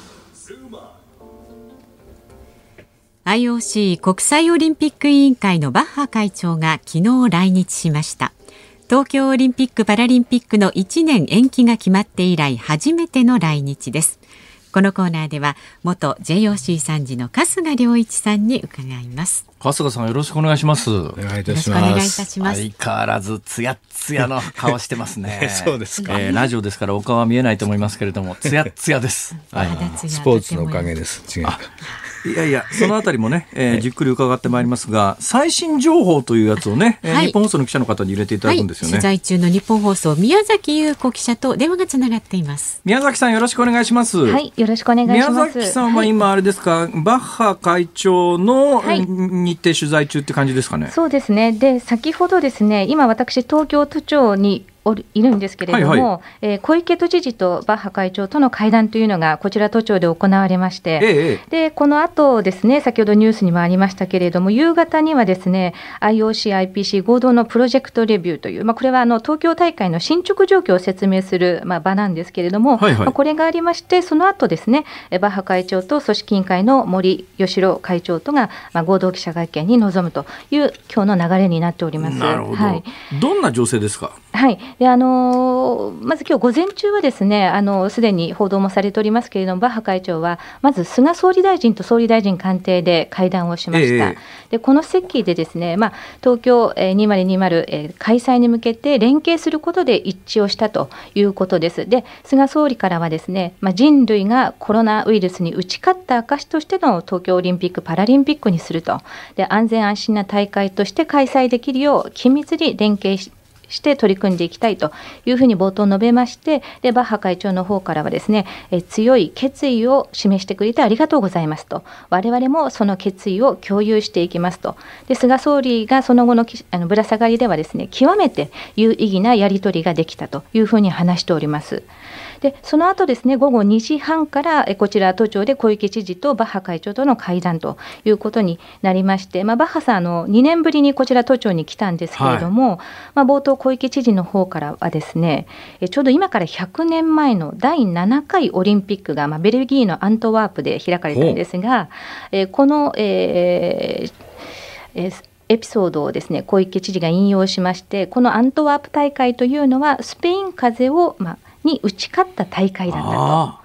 アイオーシー 国際オリンピック委員会のバッハ会長が昨日来日しました。東京オリンピック・パラリンピックのいちねん延期が決まって以来初めての来日です。このコーナーでは元 ジェイオーシー 参事の春日良一さんに伺います。 春日さんよろしくお願いします。 お願いいたします。 よろしくお願いいたします。 相変わらずツヤツヤの顔してますね。 そうですか、 えー、ラジオですからお顔は見えないと思いますけれどもツヤツヤです。 はい、スポーツのおかげです。違う。 いやいや、そのあたりもね、えー、じっくり伺ってまいりますが、最新情報というやつをね、はい、日本放送の記者の方に入れていただくんですよね。 はい、取材中の日本放送宮崎優子記者と電話がつながっています。 宮崎さんよろしくお願いします。 はい、よろしくお願いします。 宮崎さんは今あれですか、はい、バッハ会長の日程取材中って感じですかね。 そうですね。で、先ほどですね、今私東京都庁にいるんですけれども、はいはい、えー、小池都知事とバッハ会長との会談というのがこちら都庁で行われまして、ええ、でこの後ですね、先ほどニュースにもありましたけれども、夕方にはですね アイオーシー、アイピーシー 合同のプロジェクトレビューという、まあ、これはあの東京大会の進捗状況を説明する、まあ、場なんですけれども、はいはい、まあ、これがありまして、その後ですね、バッハ会長と組織委員会の森喜朗会長とが、まあ、合同記者会見に臨むという今日の流れになっております。 なるほど、 はい、 どんな情勢ですか。 はい、であのまず今日午前中はですね、あのすでに報道もされておりますけれども、バッハ会長はまず菅総理大臣と総理大臣官邸で会談をしました。ええ、でこの席でですね、まあ、東京にせんにじゅう、えー、開催に向けて連携することで一致をしたということです。で菅総理からはですね、まあ、人類がコロナウイルスに打ち勝った証としての東京オリンピック・パラリンピックにすると、で安全安心な大会として開催できるよう緊密に連携しして取り組んでいきたいというふうに冒頭述べまして、でバッハ会長の方からはですね、え強い決意を示してくれてありがとうございますと、我々もその決意を共有していきますと、で菅総理がその後のあのぶら下がりではですね、極めて有意義なやり取りができたというふうに話しております。でその後ですね、午後にじはんからえこちら都庁で小池知事とバッハ会長との会談ということになりまして、まあ、バッハさんあのにねんぶりにこちら都庁に来たんですけれども、はい、まあ、冒頭小池知事の方からはですね、えちょうど今からひゃくねんまえのだいななかいオリンピックが、まあ、ベルギーのアントワープで開かれたんですが、えこの、えーえーエピソードをですね、小池知事が引用しまして、このアントワープ大会というのはスペイン風邪を、まあ、に打ち勝った大会だったと。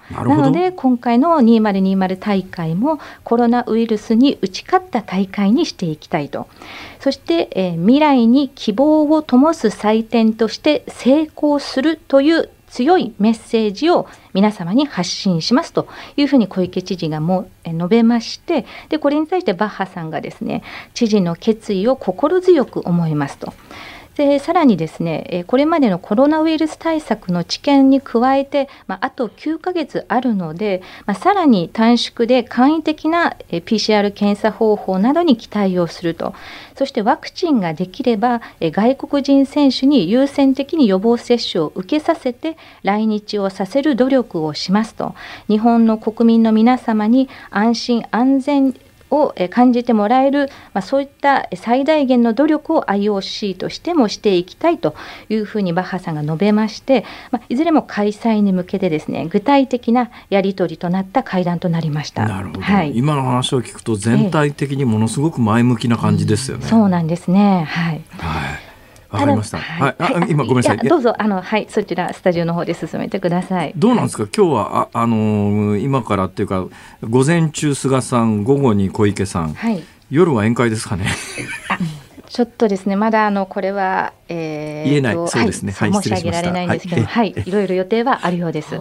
なので今回のにせんにじゅう大会もコロナウイルスに打ち勝った大会にしていきたいと。そして、えー、未来に希望を灯す祭典として成功するという強いメッセージを皆様に発信しますというふうに小池知事がも述べまして、でこれに対してバッハさんがですね、知事の決意を心強く思いますと。でさらにですね、これまでのコロナウイルス対策の知見に加えて、まあ、あときゅうかげつあるので、まあ、さらに短縮で簡易的な ピーシーアール 検査方法などに期待をすると。そしてワクチンができれば外国人選手に優先的に予防接種を受けさせて来日をさせる努力をしますと。日本の国民の皆様に安心安全を感じてもらえる、まあ、そういった最大限の努力を アイオーシー としてもしていきたいというふうにバッハさんが述べまして、まあ、いずれも開催に向けてですね、具体的なやり取りとなった会談となりました。 なるほど、 はい、 今の話を聞くと全体的にものすごく前向きな感じですよね。 うん、そうなんですね。はい、 はいわかりました。はいはい、あ今ごめんなさい。 いどうぞあの、はい、そちらスタジオの方で進めてください。 どうなんですか、はい、今日はあ、あのー、今からっていうか午前中菅さん、午後に小池さん、はい、夜は宴会ですかね。 ちょっとですね、まだあのこれは、えー、 言えない、そうですね、 はい、 はい、 申し上げられないんですけど、はい、はい、いろいろ予定はあるようです。はい、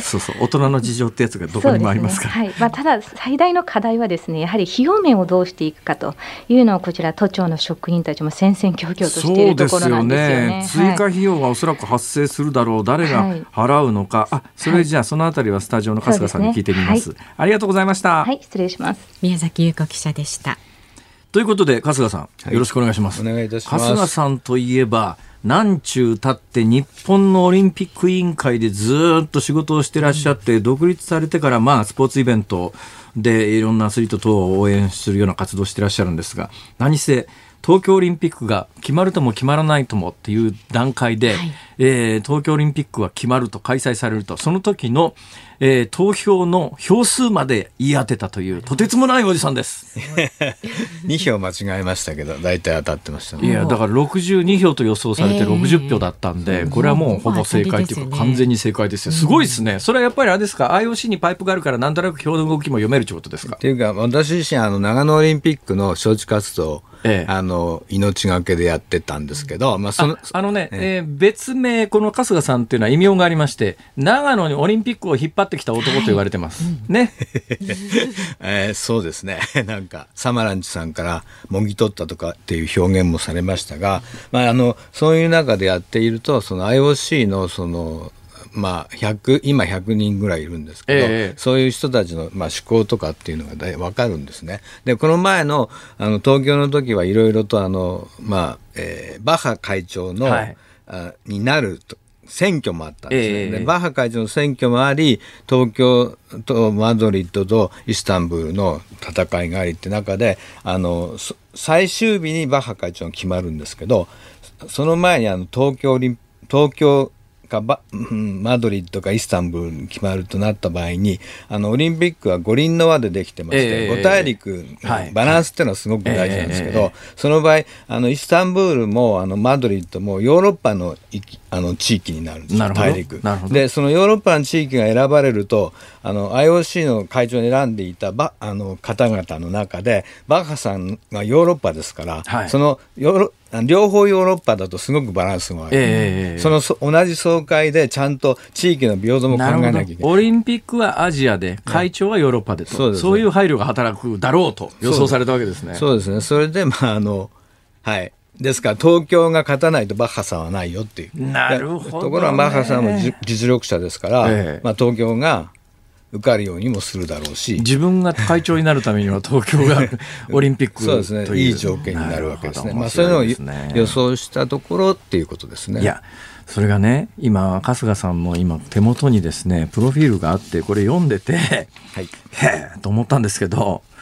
そうそう、大人の事情ってやつがどこにもありますから。 そうですね、はい、まあ、ただ最大の課題はですね、やはり費用面をどうしていくかというのをこちら都庁の職員たちも戦々恐々としているところなんですよね。 そうですよね、追加費用がおそらく発生するだろう、誰が払うのか、はい、あそれじゃあそのあたりはスタジオの春日さんに聞いてみます。はい、ありがとうございました。 はい、失礼します。 宮崎優子記者でした。 ということで春日さん、はい、よろしくお願いします。 お願いいたします。 春日さんといえば何中経って日本のオリンピック委員会でずっと仕事をしてらっしゃって、うん、独立されてからまあスポーツイベントでいろんなアスリート等を応援するような活動をしてらっしゃるんですが、何せ東京オリンピックが決まるとも決まらないともっていう段階で、はい、えー、東京オリンピックは決まると開催されると、その時の、えー、投票の票数まで言い当てたというとてつもないおじさんです。 に票間違えましたけど大体当たってましたね。 いやだからろくじゅうに票と予想されてろくじゅう票だったんで、えー、これはもうほぼ正解というか完全に正解ですよ。すごいですね。それはやっぱりあれですか、 アイオーシー にパイプがあるからなんとなく票の動きも読めるということですか。 っていうか私自身あの長野オリンピックの招致活動、ええ、あの命がけでやってたんですけど、まあ、その あ, あのね、えええー、別名この春日さんっていうのは異名がありまして、長野にオリンピックを引っ張ってきた男と言われてます、はい、ね、 えー、そうですね。なんかサマランチさんからもぎ取ったとかっていう表現もされましたが、まあ、あのそういう中でやっているとその アイオーシー のそのまあ、ひゃく今ひゃくにんぐらいいるんですけど、ええ、そういう人たちの、まあ、思考とかっていうのがだい分かるんですね。でこの前 の, あの東京の時はいろいろとあの、まあえー、バッハ会長の、はい、あになると選挙もあったんですね。ええ、でバッハ会長の選挙もあり、東京とマドリッドとイスタンブールの戦いがありって中であの最終日にバッハ会長が決まるんですけど、その前にあの東京オリン東京かバマドリッドかイスタンブールに決まるとなった場合に、あのオリンピックは五輪の輪でできてまして、えー、ご大陸のバランスっていうのはすごく大事なんですけど、はいはい、その場合あのイスタンブールもあのマドリッドもヨーロッパのあの地域になるんですよ。大陸でそのヨーロッパの地域が選ばれるとあの アイオーシー の会長に選んでいたバあの方々の中でバッハさんがヨーロッパですから、はい、そのヨーロ両方ヨーロッパだとすごくバランスが悪い、えー、そのそ同じ総会でちゃんと地域の平等も考えなきゃいけない。 オリンピックはアジアで会長はヨーロッパでと、そうですね、そういう配慮が働くだろうと予想されたわけですね。 そうですね。それでまああのはいですから東京が勝たないとバッハさんはないよっていう。 なるほど、ね、 ところがバッハさんも実力者ですから、えーまあ、東京が受かるようにもするだろうし、 自分が会長になるためには東京がオリンピックそうですね、 といういい条件になるわけですね。まあ、そういうのを予想したところっていうことですね。 いやそれがね、今春日さんの今手元にですねプロフィールがあって、これ読んでて、はい、へえと思ったんですけど、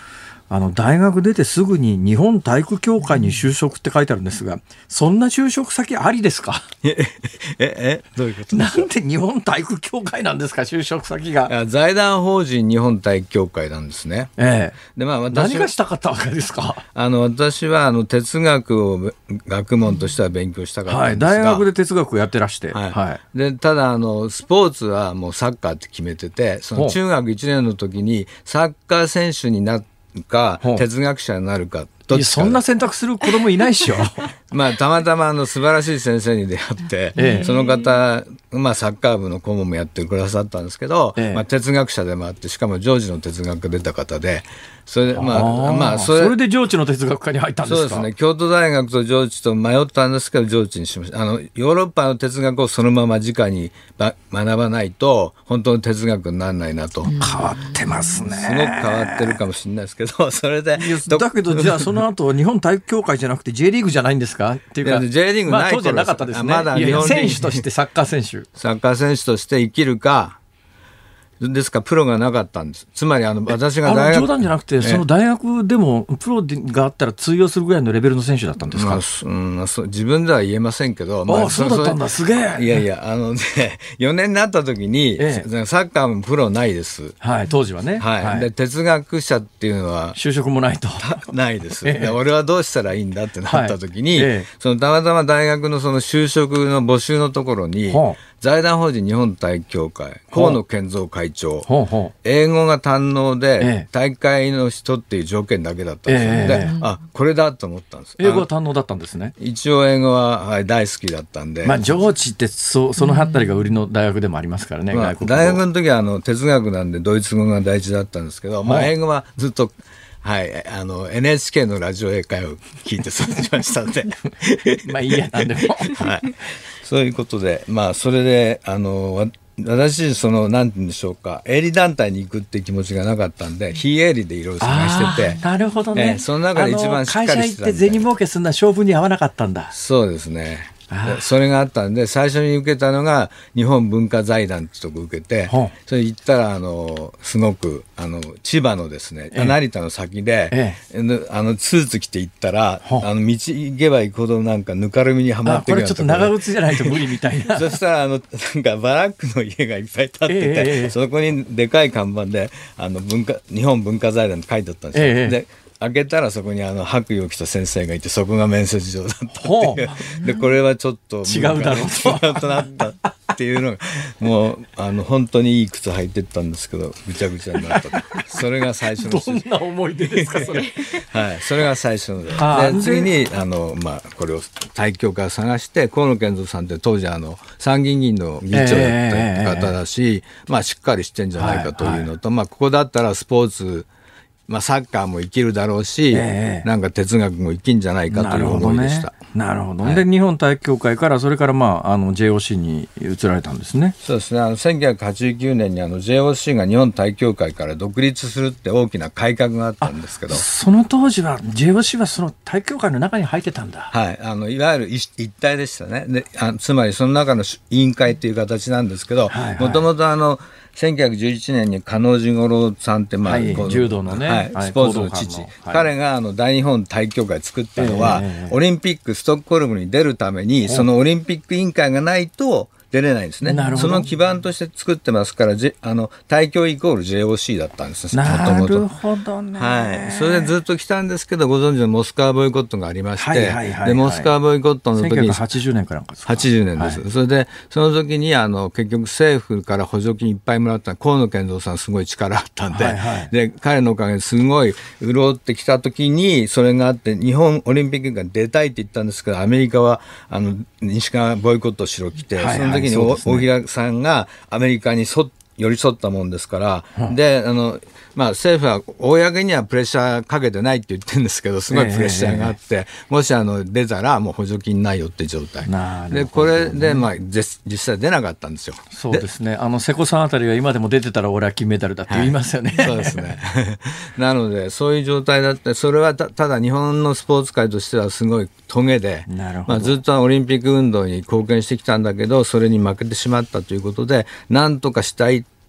あの大学出てすぐに日本体育協会に就職って書いてあるんですが、そんな就職先ありですか？ えええどういうことですか？ なんで日本体育協会なんですか、就職先が。 財団法人日本体育協会なんですね。 ええ、 でまあ、私何がしたかったわけですか？ あの私はあの哲学を学問としては勉強したかったんですが、 はい、大学で哲学をやってらして、 はいはい、 でただあのスポーツはもうサッカーって決めてて、その中学いちねんの時にサッカー選手になるか哲学者になるか、どっちか。 そんな選択する子供いないっしょ。 まあ、たまたまあの素晴らしい先生に出会って、ええ、その方、まあ、サッカー部の顧問もやってくださったんですけど、ええ、まあ、哲学者でもあって、しかも上智の哲学が出た方で、それで、まあ、まあ、 それ、それで上智の哲学科に入ったんですか？ そうですね。京都大学と上智と迷ったんですけど、上智にしました。あの、ヨーロッパの哲学をそのまま直に学ばないと、本当の哲学にならないなと。 変わってますね。 すごく変わってるかもしれないですけど、それで。 だけど、じゃあその後、日本体育協会じゃなくて J リーグじゃないんですかっていうか、 J リーグない頃、 まあ、当時はなかったですね。 まだ日本選手としてサッカー選手。 サッカー選手として生きるか、ですからプロがなかったんです。つまりあの私が大学、 冗談じゃなくて、その大学でもプロがあったら通用するぐらいのレベルの選手だったんですか？ まあうん、そう自分では言えませんけど、 まあ、そうだったんだ、すげえ。 いやいや、あのね、よねんになった時に、ええ、サッカーもプロないです。 はい、当時はね。 はいはい、で哲学者っていうのは就職もないと。 ないです。 ええ、 で俺はどうしたらいいんだってなった時に、はいええ、そのたまたま大学のその就職の募集のところに、はあ、財団法人日本体育協会河野健三会長、はあはあ、英語が堪能で、ええ、大会の人っていう条件だけだったんですよ、ええ、であこれだと思ったんです。 英語は堪能だったんですね。 一応英語は、はい、大好きだったんで、 まあ、上智ってそ、そのあたりが売りの大学でもありますからね、 まあ、 外国大学の時はあの哲学なんでドイツ語が大事だったんですけど、まあ、英語はずっとはい、あの エヌエイチケー のラジオ英会話を聞いて育ちましたのでまあいいやなんでも、 はい、そういうことで、まあ、それであの私そのなんて言うんでしょうか、営利団体に行くっていう気持ちがなかったんで非営利でいろいろ探してて、 なるほどね、 えその中で一番しっかりしてたんで、 会社行って銭儲けするのは勝負に合わなかったんだ。 そうですね。それがあったんで最初に受けたのが日本文化財団ってとこ受けて、それ行ったらあのすごくあの千葉のですね、ええ、成田の先で、ええ、あのスーツ着て行ったらあの道行けば行くほどなんかぬかるみにはまってるようなところ、 これちょっと長靴じゃないと無理みたいなそしたらあのなんかバラックの家がいっぱい建ってて、ええ、そこにでかい看板であの文化日本文化財団って書いてあったんですよ、ええ、で開けたらそこにあの白衣を着た先生がいて、そこが面接場だったっていう。でこれはちょっと違うだろうと違うとなったっていうのがもうあの本当にいい靴履いてったんですけどぐちゃぐちゃになったと。それが最初のどんな思い出ですかそれはい、それが最初ので、で次にあの、まあ、これを体育協会を探して河野健三さんって当時あの参議院議員の議長だった方だし、えーえーまあ、しっかりしてんじゃないかというのと、はいはいまあ、ここだったらスポーツまあ、サッカーも生きるだろうし、えー、なんか哲学も生きんじゃないかという思いでした。 なるほどね。で日本体育協会からそれから、まあ、あの ジェイオーシー に移られたんですね。 そうですね。あのせんきゅうひゃくはちじゅうきゅうねんにあの ジェイオーシー が日本体育協会から独立するって大きな改革があったんですけど、 その当時は ジェイオーシー はその体育協会の中に入ってたんだ。 はい、あのいわゆる一体でしたね。であつまりその中の委員会という形なんですけど、もともとあのせんきゅうひゃくじゅういちねんに加納治五郎さんって、まあはい、柔道のね、 はい、スポーツの父、はい、彼があの大日本体育協会を作ったのは、えー、オリンピックストックホルムに出るために、そのオリンピック委員会がないと出れないんですね。その基盤として作ってますから、あの体協イコール ジェイオーシー だったんです。 なるほどね。 はい、それでずっと来たんですけど、ご存知のモスクワボイコットがありまして、はいはいはいはい、でモスクワボイコットの時にせんきゅうひゃくはちじゅうねんからですか。 はちじゅうねんです、はい、それでその時にあの結局政府から補助金いっぱいもらった河野健三さんすごい力あったんで、はいはい、で彼のおかげですごい潤ってきた時にそれがあって日本オリンピックが出たいって言ったんですけど、アメリカはあの西側ボイコットしろ来て、はいはい、その時に大平さんがアメリカに沿寄り添ったもんですから、うん、であのまあ、政府は公にはプレッシャーかけてないって言ってるんですけど、すごいプレッシャーがあって、えーえー、もしあの出たらもう補助金ないよって状態で、これで、まあ、実際出なかったんですよ。 そうですね。あの瀬古さんあたりは今でも出てたら俺は金メダルだって言いますよね、 はい、そうですねなのでそういう状態だって、それは た, ただ日本のスポーツ界としてはすごいトゲで、まあ、ずっとオリンピック運動に貢献してきたんだけど、それに負けてしまったということで、なんとかしたい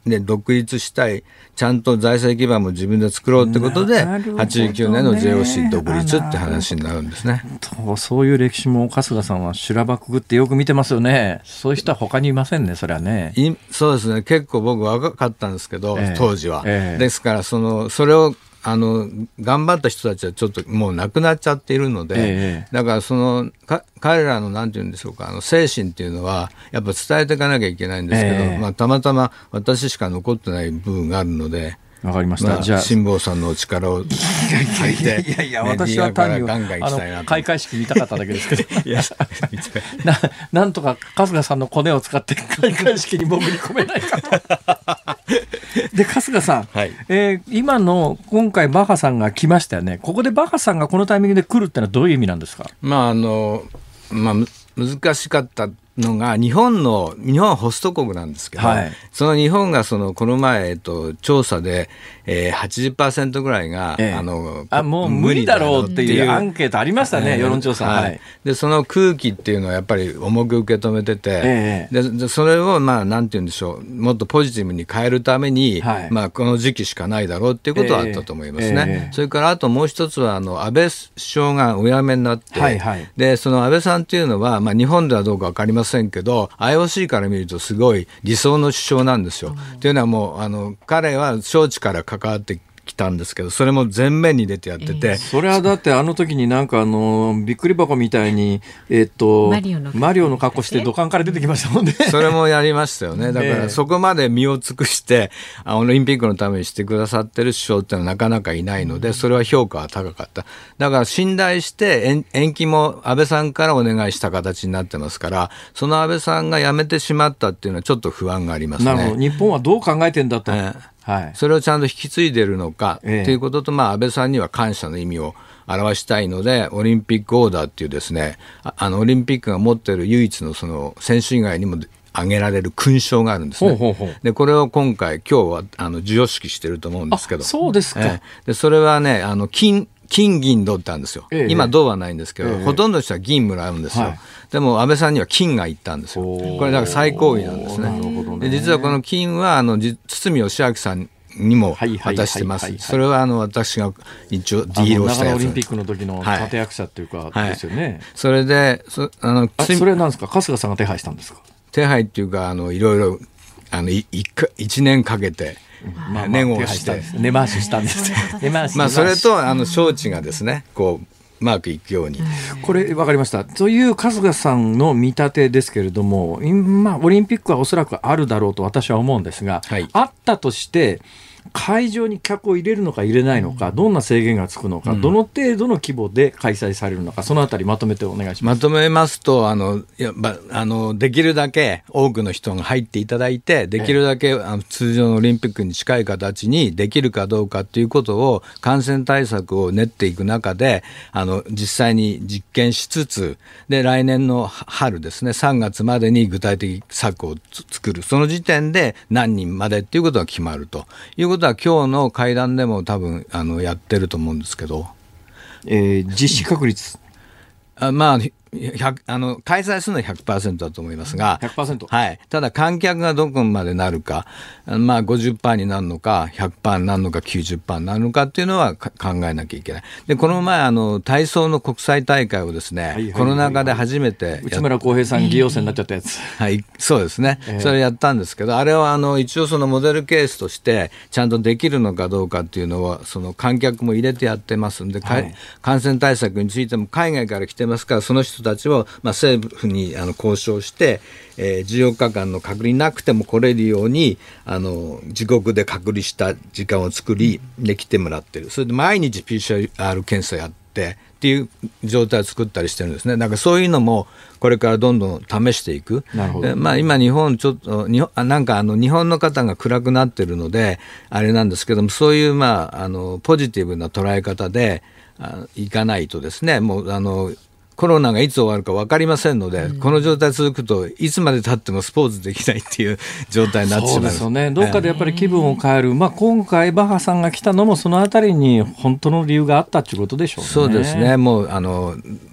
で独立したい、ちゃんと財政基盤も自分で作ろうってことで、ね、はちじゅうきゅうねんの ジェイオーシー 独立って話になるんですね。 そういう歴史も春日さんは修羅場くぐってよく見てますよね。そういう人は他にいませんね、それはね。 いそうですね、結構僕若かったんですけど、えー、当時は、えー、ですからそのそれをあの頑張った人たちはちょっともう亡くなっちゃっているので、ええ、だからそのか彼らのなんていうんでしょうか、あの精神っていうのはやっぱ伝えていかなきゃいけないんですけど、ええ、まあ、たまたま私しか残ってない部分があるので。 わかりました。まあ、 じゃあ辛坊さんのお力を借りていやいや私は単にあの開会式見たかっただけですけどいやな, なんとか春日さんのコネを使って開会式に潜り込めないかとで春日さん、はい、えー、今の今回バッハさんが来ましたよね。ここでバッハさんがこのタイミングで来るってのはどういう意味なんですか。 まああのまあ、難しかったのが日本の日本はホスト国なんですけど、はい、その日本がそのこの前、えっと、調査で、えー、はちじゅっパーセント ぐらいが、ええ、あのあもう無理だろうっていうアンケートありましたね、えー、世論調査、はいはい、 でその空気っていうのはやっぱり重く受け止めてて、ええ、ででそれをまあなんて言うんでしょう、もっとポジティブに変えるために、はい、まあ、この時期しかないだろうっていうことはあったと思いますね、ええ、それからあともう一つはあの安倍首相がお辞めになって、はいはい、でその安倍さんっていうのは、まあ、日本ではどうか分かりませんけどアイオーシー から見るとすごい理想の首相なんですよ、うん、というのはもうあの彼は招致から関わってきたんですけど、それも前面に出てやってて、えー、 それはだってあの時になんかあのびっくり箱みたいに、えー、っとマリオのマリオの格好して土管から出てきましたもんね。 それもやりましたよね。だからそこまで身を尽くしてオリンピックのためにしてくださってる首相ってのはなかなかいないので、それは評価は高かった。だから信頼して延期も安倍さんからお願いした形になってますから、その安倍さんが辞めてしまったっていうのはちょっと不安がありますね。 なるほど。日本はどう考えてんだと、えーはい、 それをちゃんと引き継いでいるのかと、ええ、いうことと、まあ、安倍さんには感謝の意味を表したいのでオリンピックオーダーっていうですね、ああのオリンピックが持っている唯一のその選手以外にも挙げられる勲章があるんですね。ほうほうほう。でこれを今回今日はあの授与式してると思うんですけど、 あ、そうですか、ええ、でそれはねあの金金銀銅ってあるんですよ、ええ、今銅はないんですけど、ええ、ほとんどの人は銀もらうんですよ、はい、でも安倍さんには金がいったんですよ。これだから最高位なんですね。で実はこの金はあの堤義明さんにも渡してます。それはあの私が一応ディールをしたやつ。 長野オリンピックの時の立役者っていうか、はい、ですよね。 それでそあのあそれは何ですか、春日さんが手配したんですか。 手配っていうかあのいろいろあの い, いちねんかけてまあ、 ネゴをして根回ししたんです根回しまあそれとあの招致がですねこううまくいくように。 これ分かりました。という春日さんの見立てですけれども、今オリンピックはおそらくあるだろうと私は思うんですが、はい、あったとして会場に客を入れるのか入れないのか、どんな制限がつくのか、うん、どの程度の規模で開催されるのか、そのあたりまとめてお願いします。 まとめますと、あのやあのできるだけ多くの人が入っていただいて、できるだけ、ええ、あの通常のオリンピックに近い形にできるかどうかということを感染対策を練っていく中であの実際に実験しつつで、来年の春ですね、さんがつまでに具体的策を作る。その時点で何人までということが決まるということは今日の会談でも多分あのやってると思うんですけど、 えー、実施確率あまああの開催するのは ひゃくパーセント だと思いますが、 ひゃくパーセント、 はい、ただ観客がどこまでなるか、まあ、ごじゅっパーセント になるのか ひゃくパーセント になるのか きゅうじゅっパーセント になるのかっていうのは考えなきゃいけない。でこの前あの体操の国際大会をですね、はいはいはいはい、コロナ禍で初めて内村航平さん偽陽性になっちゃったやつ、 はい、そうですね、えー、それやったんですけど、あれはあの一応そのモデルケースとしてちゃんとできるのかどうかっていうのはその観客も入れてやってますんで、はい、感染対策についても海外から来てますから、その人たちを、まあ、政府にあの交渉して、えー、じゅうよっかかんの隔離なくても来れるようにあの自国で隔離した時間を作りで来てもらってる。それで毎日 ピーシーアール 検査やってっていう状態を作ったりしてるんですね。だからそういうのもこれからどんどん試していく。なるほど。まあ、今日本ちょっと日本なんかあの日本の方が暗くなってるのであれなんですけども、そういうまああのポジティブな捉え方であいかないとですね、もうあのコロナがいつ終わるか分かりませんので、うん、この状態続くといつまで経ってもスポーツできないっていう状態になってしまう。 そうですよね。どっかでやっぱり気分を変える、まあ、今回バッハさんが来たのもそのあたりに本当の理由があったということでしょうね。 そうですね。もうあの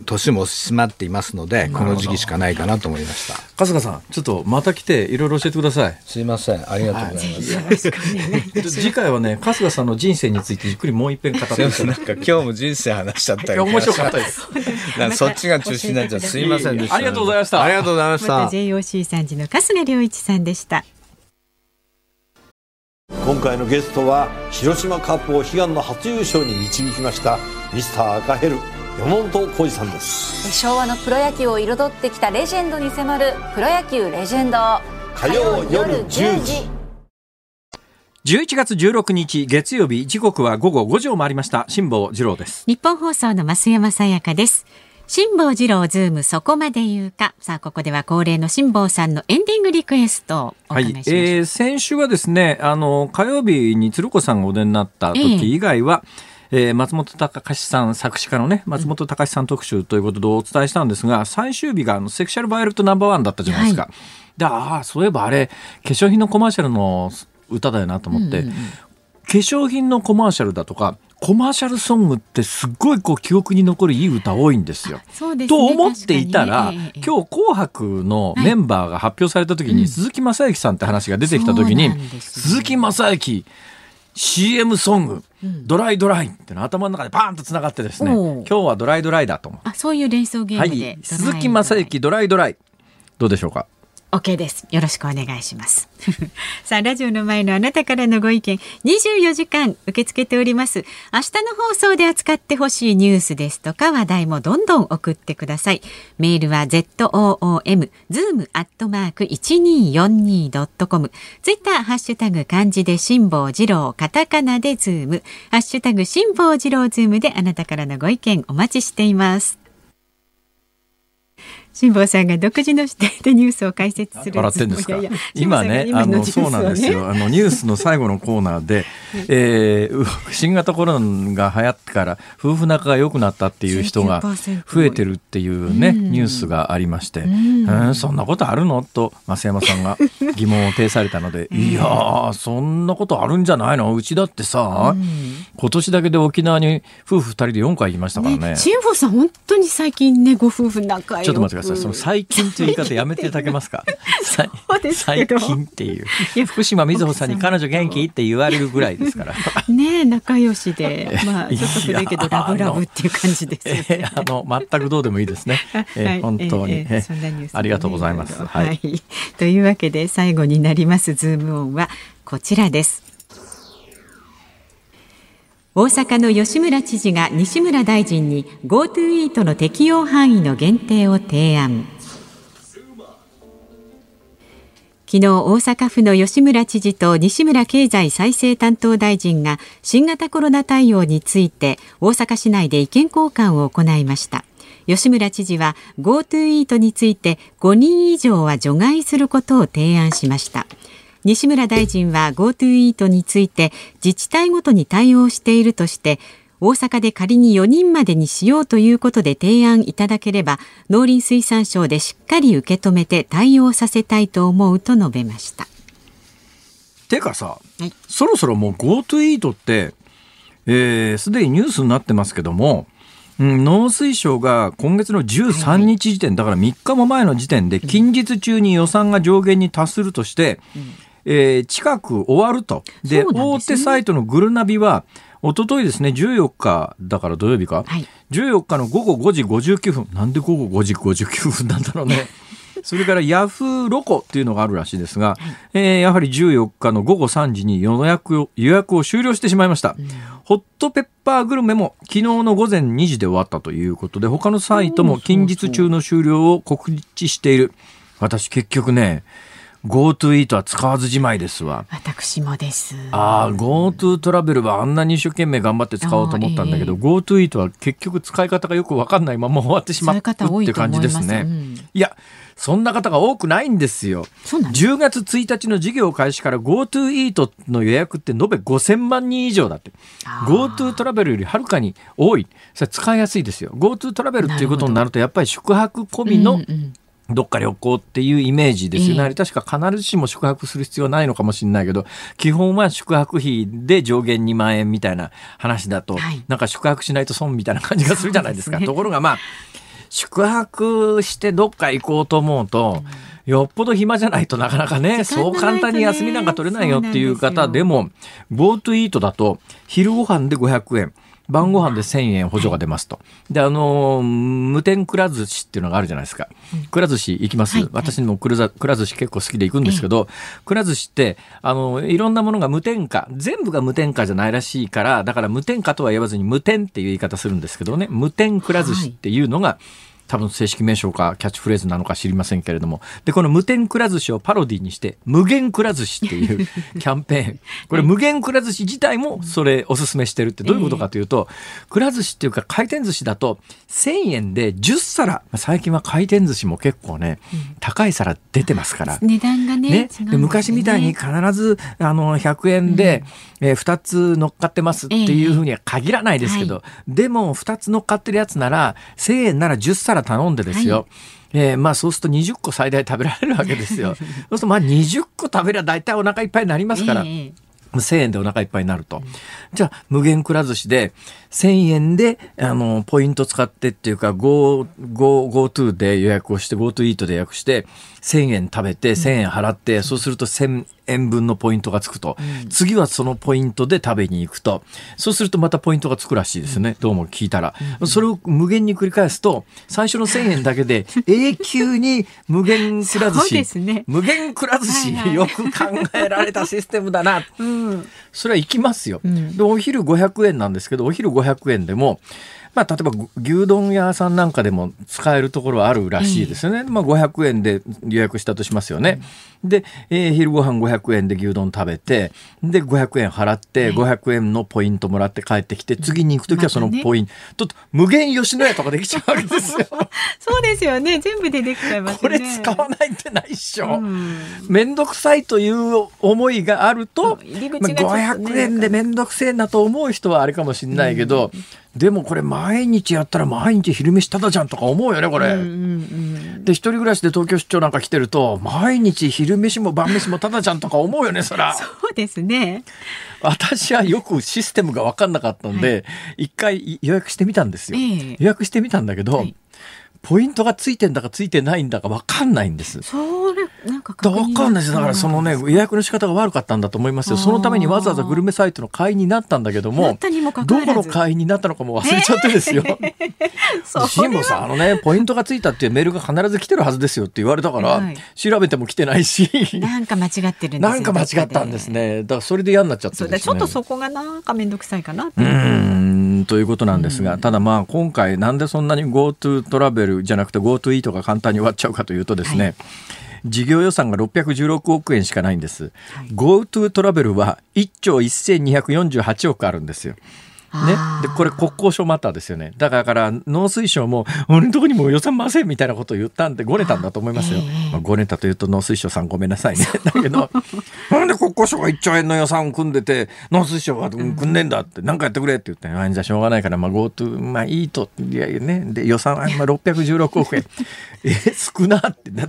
年も迫っていますので、この時期しかないかなと思いました。 春日さん、ちょっとまた来ていろいろ教えてください。 すいません、ありがとうございます。 よろしくお願いします。 次回はね、春日さんの人生についてじっくりもう一遍語ってください。 なんか今日も人生話しちゃったよ。 面白かったです。 なんかそっちが中心になっちゃう。すいませんでした。 ありがとうございました。 ありがとうございました。 また ジェイオーシー さんじの春日良一さんでした。 今回のゲストは広島カップを悲願の初優勝に導きましたミスター赤ヘル山本浩二さんです。 昭和のプロ野球を彩ってきたレジェンドに迫るプロ野球レジェンド、 火曜夜じゅうじ。 じゅういちがつじゅうろくにち月曜日、時刻は午後ごじを回りました。辛坊治郎です。 日本放送の増山さやかです。辛坊治郎ズームそこまで言うか。さあ、ここでは恒例の辛坊さんのエンディングリクエストをお伺いしましょう。 はい、えー、先週はですね、あの火曜日に鶴子さんがお出になった時以外は、えーえー、松本隆さん、作詞家のね松本隆さん特集ということでお伝えしたんですが、最終日があのセクシャルバイオレットナンバーワンだったじゃないですか。はい、で、ああそういえばあれ化粧品のコマーシャルの歌だよなと思って、うんうんうん、化粧品のコマーシャルだとかコマーシャルソングってすっごいこう記憶に残るいい歌多いんですよ。 そうですね、 と思っていたら、ええ、今日紅白のメンバーが発表された時に、はい、鈴木雅之さんって話が出てきた時に、ね、鈴木雅之 シーエム ソング、うん、ドライドライっての頭の中でパーンとつながってですね、今日はドライドライだと思う。 あ、そういう連想ゲームで、 はい、鈴木雅之ドライドライどうでしょうか。 OK です。よろしくお願いしますさあ、ラジオの前のあなたからのご意見にじゅうよじかん受け付けております。明日の放送で扱ってほしいニュースですとか話題もどんどん送ってください。メールは ズーム ズーム アットマーク いちにーよんにー ドットコム、 ツイッターハッシュタグ漢字で辛坊治郎、カタカナでズーム、ハッシュタグ辛坊治郎ズームであなたからのご意見お待ちしています。辛坊さんが独自の視点でニュースを解説する。 笑ってんですか。いやいや今ね、あのそうなんですよ。あのニュースの最後のコーナーで、えー、新型コロナが流行ってから夫婦仲が良くなったっていう人が増えてるっていうね、ニュースがありまして、うんうん、そんなことあるのと増山さんが疑問を呈されたのでいやーそんなことあるんじゃないの、うちだってさ、うん、今年だけで沖縄に夫婦ふたりでよんかい行きましたからね。 辛坊さん本当に最近ねご夫婦仲良く。 ちょっと待ってください、その最近という言い方やめていただけますか最近っていう福島みずほさんに彼女元気って言われるぐらいですからねえ、仲良しで、まあ、ちょっと古いけどラブラブっていう感じです、ね、 えー、あの全くどうでもいいですね、えー、本当に、えーえー、ありがとうございます、はいはい、 というわけで最後になりますズームオンはこちらです。大阪の吉村知事が西村大臣に GoTo イートの適用範囲の限定を提案。昨日、大阪府の吉村知事と西村経済再生担当大臣が新型コロナ対応について大阪市内で意見交換を行いました。吉村知事は GoTo イートについてごにん以上は除外することを提案しました。西村大臣は GoTo イートについて自治体ごとに対応しているとして、大阪で仮によにんまでにしようということで提案いただければ農林水産省でしっかり受け止めて対応させたいと思うと述べました。 てかさ、はい、そろそろもう GoTo イートってえー、すでにニュースになってますけども、うん、農水省が今月のじゅうさんにち時点、だからみっかも前の時点で近日中に予算が上限に達するとして、うんえー、近く終わると。で、大手サイトのグルナビは一昨日ですね、じゅうよっかだから土曜日か、はい、じゅうよっかのごごごじごじゅうきゅうふん、なんでごごごじごじゅうきゅうふんなんだろうねそれからヤフーロコっていうのがあるらしいですが、はいえー、やはりじゅうよっかのごごさんじに予約を予約を終了してしまいました、うん、ホットペッパーグルメも昨日のごぜんにじで終わったということで、他のサイトも近日中の終了を告知している。私結局ねGoTo イートは使わずじまいですわ。 私もです。 ああ、GoTo トラベルはあんなに一生懸命頑張って使おうと思ったんだけど、えー、GoTo イートは結局使い方がよく分かんないまま終わってしまったっていう感じですね。い, うん、いや、そんな方が多くないんですよ。 そうなんです。 じゅうがつついたちの事業開始から GoTo イートの予約って延べごせんまんにん以上だって。GoTo トラベルよりはるかに多い。それ使いやすいですよ。GoTo トラベルっていうことになるとやっぱり宿泊込みの、うんうんどっか旅行っていうイメージですよね、えー、確か必ずしも宿泊する必要はないのかもしれないけど、基本は宿泊費で上限にまんえんみたいな話だと、はい、なんか宿泊しないと損みたいな感じがするじゃないですか。すね、ところがまあ宿泊してどっか行こうと思うと、うん、よっぽど暇じゃないとなかなかね、そう簡単に休みなんか取れないよっていう方でも GoTo イートだと昼ご飯でごひゃくえん、晩ご飯でせんえん補助が出ますと。で、あのー、無添くら寿司っていうのがあるじゃないですか。くら寿司行きます、はい、私もくら寿司結構好きで行くんですけど、くら寿司ってあのいろんなものが無添加、全部が無添加じゃないらしいから、だから無添加とは言わずに無添っていう言い方するんですけどね、無添くら寿司っていうのが、はい、多分正式名称かキャッチフレーズなのか知りませんけれども、でこの無添くら寿司をパロディにして無限くら寿司っていうキャンペーン、これ無限くら寿司自体もそれおすすめしてるってどういうことかというと、くら寿司っていうか回転寿司だとせんえんでじゅっさら、最近は回転寿司も結構ね高い皿出てますから、 値段が ね, ね, ねで昔みたいに必ずあのひゃくえんで、うんえー、ふたつ乗っかってますっていうふうには限らないですけど、えーはい、でもふたつ乗っかってるやつならせんえんならじゅっさら頼んでですよ、はいえー、まあそうするとにじゅっこ最大食べられるわけですよ。そうするとまあにじゅっこ食べれば大体お腹いっぱいになりますから、えーせんえんでお腹いっぱいになると、うん、じゃあ無限くら寿司でせんえんであのポイント使ってっていうか Go, Go, GoTo で予約をして GoTo イートで予約してせんえん食べてせんえん払って、うん、そうするとせんえんぶんのポイントがつくと、うん、次はそのポイントで食べに行くと、そうするとまたポイントがつくらしいですね、うん、どうも聞いたら、うん、それを無限に繰り返すと最初のせんえんだけで永久に無限くら寿司、ね、無限くら寿司、はいはい、よく考えられたシステムだな、うんそれは行きますよ、うん、でお昼ごひゃくえんなんですけど、お昼ごひゃくえんでもまあ、例えば牛丼屋さんなんかでも使えるところはあるらしいですよね、うんまあ、ごひゃくえんで予約したとしますよね、うん、で、えー、昼ご飯ごひゃくえんで牛丼食べてでごひゃくえん払ってごひゃくえんのポイントもらって帰ってきて、次に行くときはそのポイント、またね、無限吉野家とかできちゃうわけですよそうですよね、全部出てきちゃいますよね。 これ使わないってないっしょ、うん、めんどくさいという思いがあると、うんまあ、ごひゃくえんでめんどくせえなと思う人はあれかもしれないけど、うんでもこれ毎日やったら毎日昼飯ただじゃんとか思うよねこれ、うんうんうん、で一人暮らしで東京出張なんか来てると毎日昼飯も晩飯もただじゃんとか思うよねそらそうですね。 私はよくシステムが分かんなかったんで、はい、一回予約してみたんですよ、えー、予約してみたんだけど、はいポイントがついてんだかついてないんだか分かんないんです。 それなんか分かんないです。だからそのね予約の仕方が悪かったんだと思いますよ。そのためにわざわざグルメサイトの会員になったんだけども、どこの会員になったのかも忘れちゃってですよ。辛坊さんあのねポイントがついたっていうメールが必ず来てるはずですよって言われたから、はい、調べても来てないし、 なんか間違ってるんですよ。 なんか間違ったんですね。だからそれで嫌になっちゃってですね。 ちょっとそこがなんかめんどくさいかなって。 うーんということなんですが、ただまあ今回なんでそんなに GoTo トラベルじゃなくて GoTo イートが簡単に終わっちゃうかというとですね、はい、事業予算がろっぴゃくじゅうろくおくえんしかないんです、はい、GoTo トラベルはいっちょうせんにひゃくよんじゅうはちおくあるんですよね、でこれ国交省マターですよね。だから、から農水省も俺のとこにも予算ませんみたいなことを言ったんでごねたんだと思いますよ、えーまあ、ごねたというと農水省さんごめんなさいねだけどなんで国交省がいっちょうえんの予算を組んでて農水省は組んでんだって何かやってくれって言って、うん、じゃあしょうがないから、まあ、GoTo まあいいといやいや、ね、で予算はまあろっぴゃくじゅうろくおくえんえ少なってだって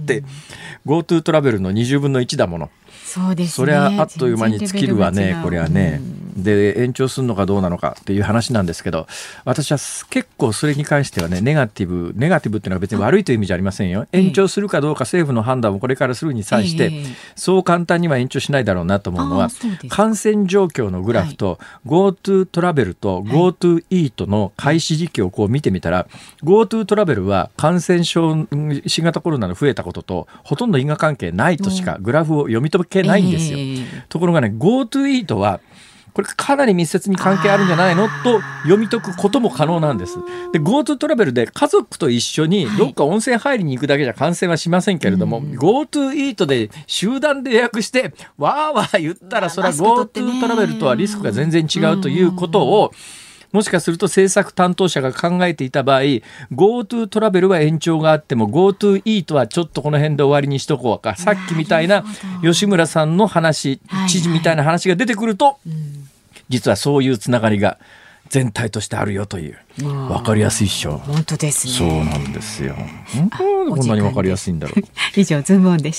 GoTo トラベルのにじゅうぶんのいちだもの。 そうですね、 それはあっという間に尽きるわねこれはね、うん、で延長するのかどうなのかっていう話なんですけど、私は結構それに関してはねネガティブネガティブっていうのは別に悪いという意味じゃありませんよ。延長するかどうか政府の判断をこれからするに際して、えー、そう簡単には延長しないだろうなと思うのは、感染状況のグラフと、はい、GoTo トラベルと GoTo イートの開始時期をこう見てみたら、はい、GoTo トラベルは感染症新型コロナの増えたこととほとんど因果関係ないとしかグラフを読み解けないんですよ、えー、ところがね GoTo イートはこれかなり密接に関係あるんじゃないのと読み解くことも可能なんです。で GoTo トラベルで家族と一緒にどっか温泉入りに行くだけじゃ感染はしませんけれども、はい、GoTo イートで集団で予約してわーわー言ったらそれは GoTo トラベルとはリスクが全然違うということをもしかすると政策担当者が考えていた場合 GoTo トラベルは延長があっても GoTo イートはちょっとこの辺で終わりにしとこうか、さっきみたいな吉村さんの話、知事みたいな話が出てくると、はいはい、実はそういうつながりが全体としてあるよという、分かりやすいっしょ。 本当ですね。 そうなんですよ。こんなに分かりやすいんだろう以上ズームオンでした。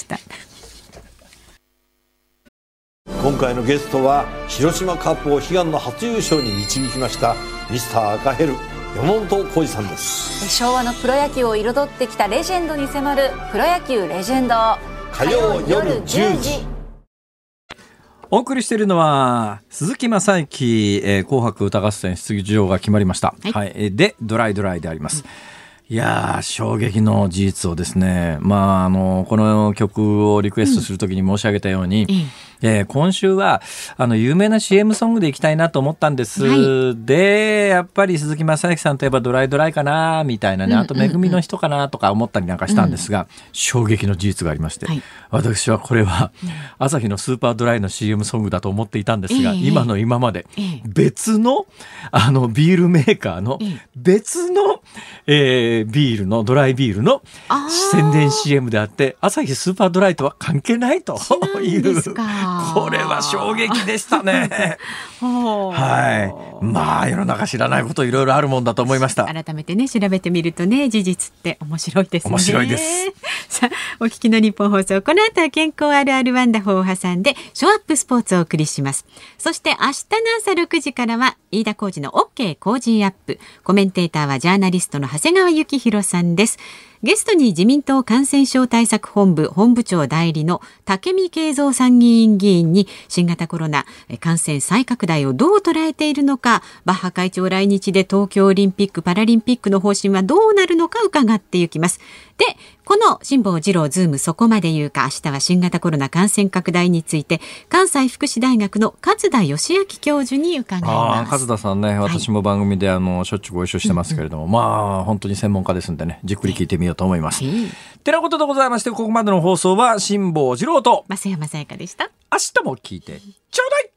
今回のゲストは広島カップを悲願の初優勝に導きましたミスター赤ヘル山本浩二さんです。 昭和のプロ野球を彩ってきたレジェンドに迫るプロ野球レジェンド、 火曜夜じゅうじ。 お送りしているのは鈴木雅之、えー、紅白歌合戦出場が決まりました、はいはい、でドライドライであります、うん、いやー衝撃の事実をですね、まあ、あのこの曲をリクエストするときに申し上げたように、うんえー、今週はあの有名な シーエム ソングでいきたいなと思ったんです、はい、でやっぱり鈴木雅之さんといえばドライドライかなみたいなね、うんうんうん、あとめぐみの人かなとか思ったりなんかしたんですが、うん、衝撃の事実がありまして、はい、私はこれは朝日のスーパードライの シーエム ソングだと思っていたんですが、えー、今の今まで別の、あのビールメーカーの別の、えー、ビールのドライビールの宣伝 シーエム であって朝日スーパードライとは関係ないというこれは衝撃でしたねはい、まあ世の中知らないこといろいろあるもんだと思いました。 改めてね調べてみるとね事実って面白いですね。 面白いですさあお聞きの日本放送、この後は健康あるあるワンダホーを挟んでショーアップスポーツをお送りします。そして明日の朝ろくじからは飯田浩司の OK 工事アップ、コメンテーターはジャーナリストの長谷川幸宏さんです。ゲストに自民党感染症対策本部本部長代理の武見敬三参議院議員に新型コロナ感染再拡大をどう捉えているのか、バッハ会長来日で東京オリンピック・パラリンピックの方針はどうなるのか伺っていきます。で、この辛坊治郎ズームそこまで言うか、明日は新型コロナ感染拡大について関西福祉大学の勝田義明教授に伺います。 あ勝田さんね、私も番組であのしょっちゅうご一緒してますけれども、うんうん、まあ本当に専門家ですんでね、じっくり聞いてみようと思います。えー、てなことでございまして、ここまでの放送は辛坊治郎と増山さやかでした。 明日も聞いてちょうだい。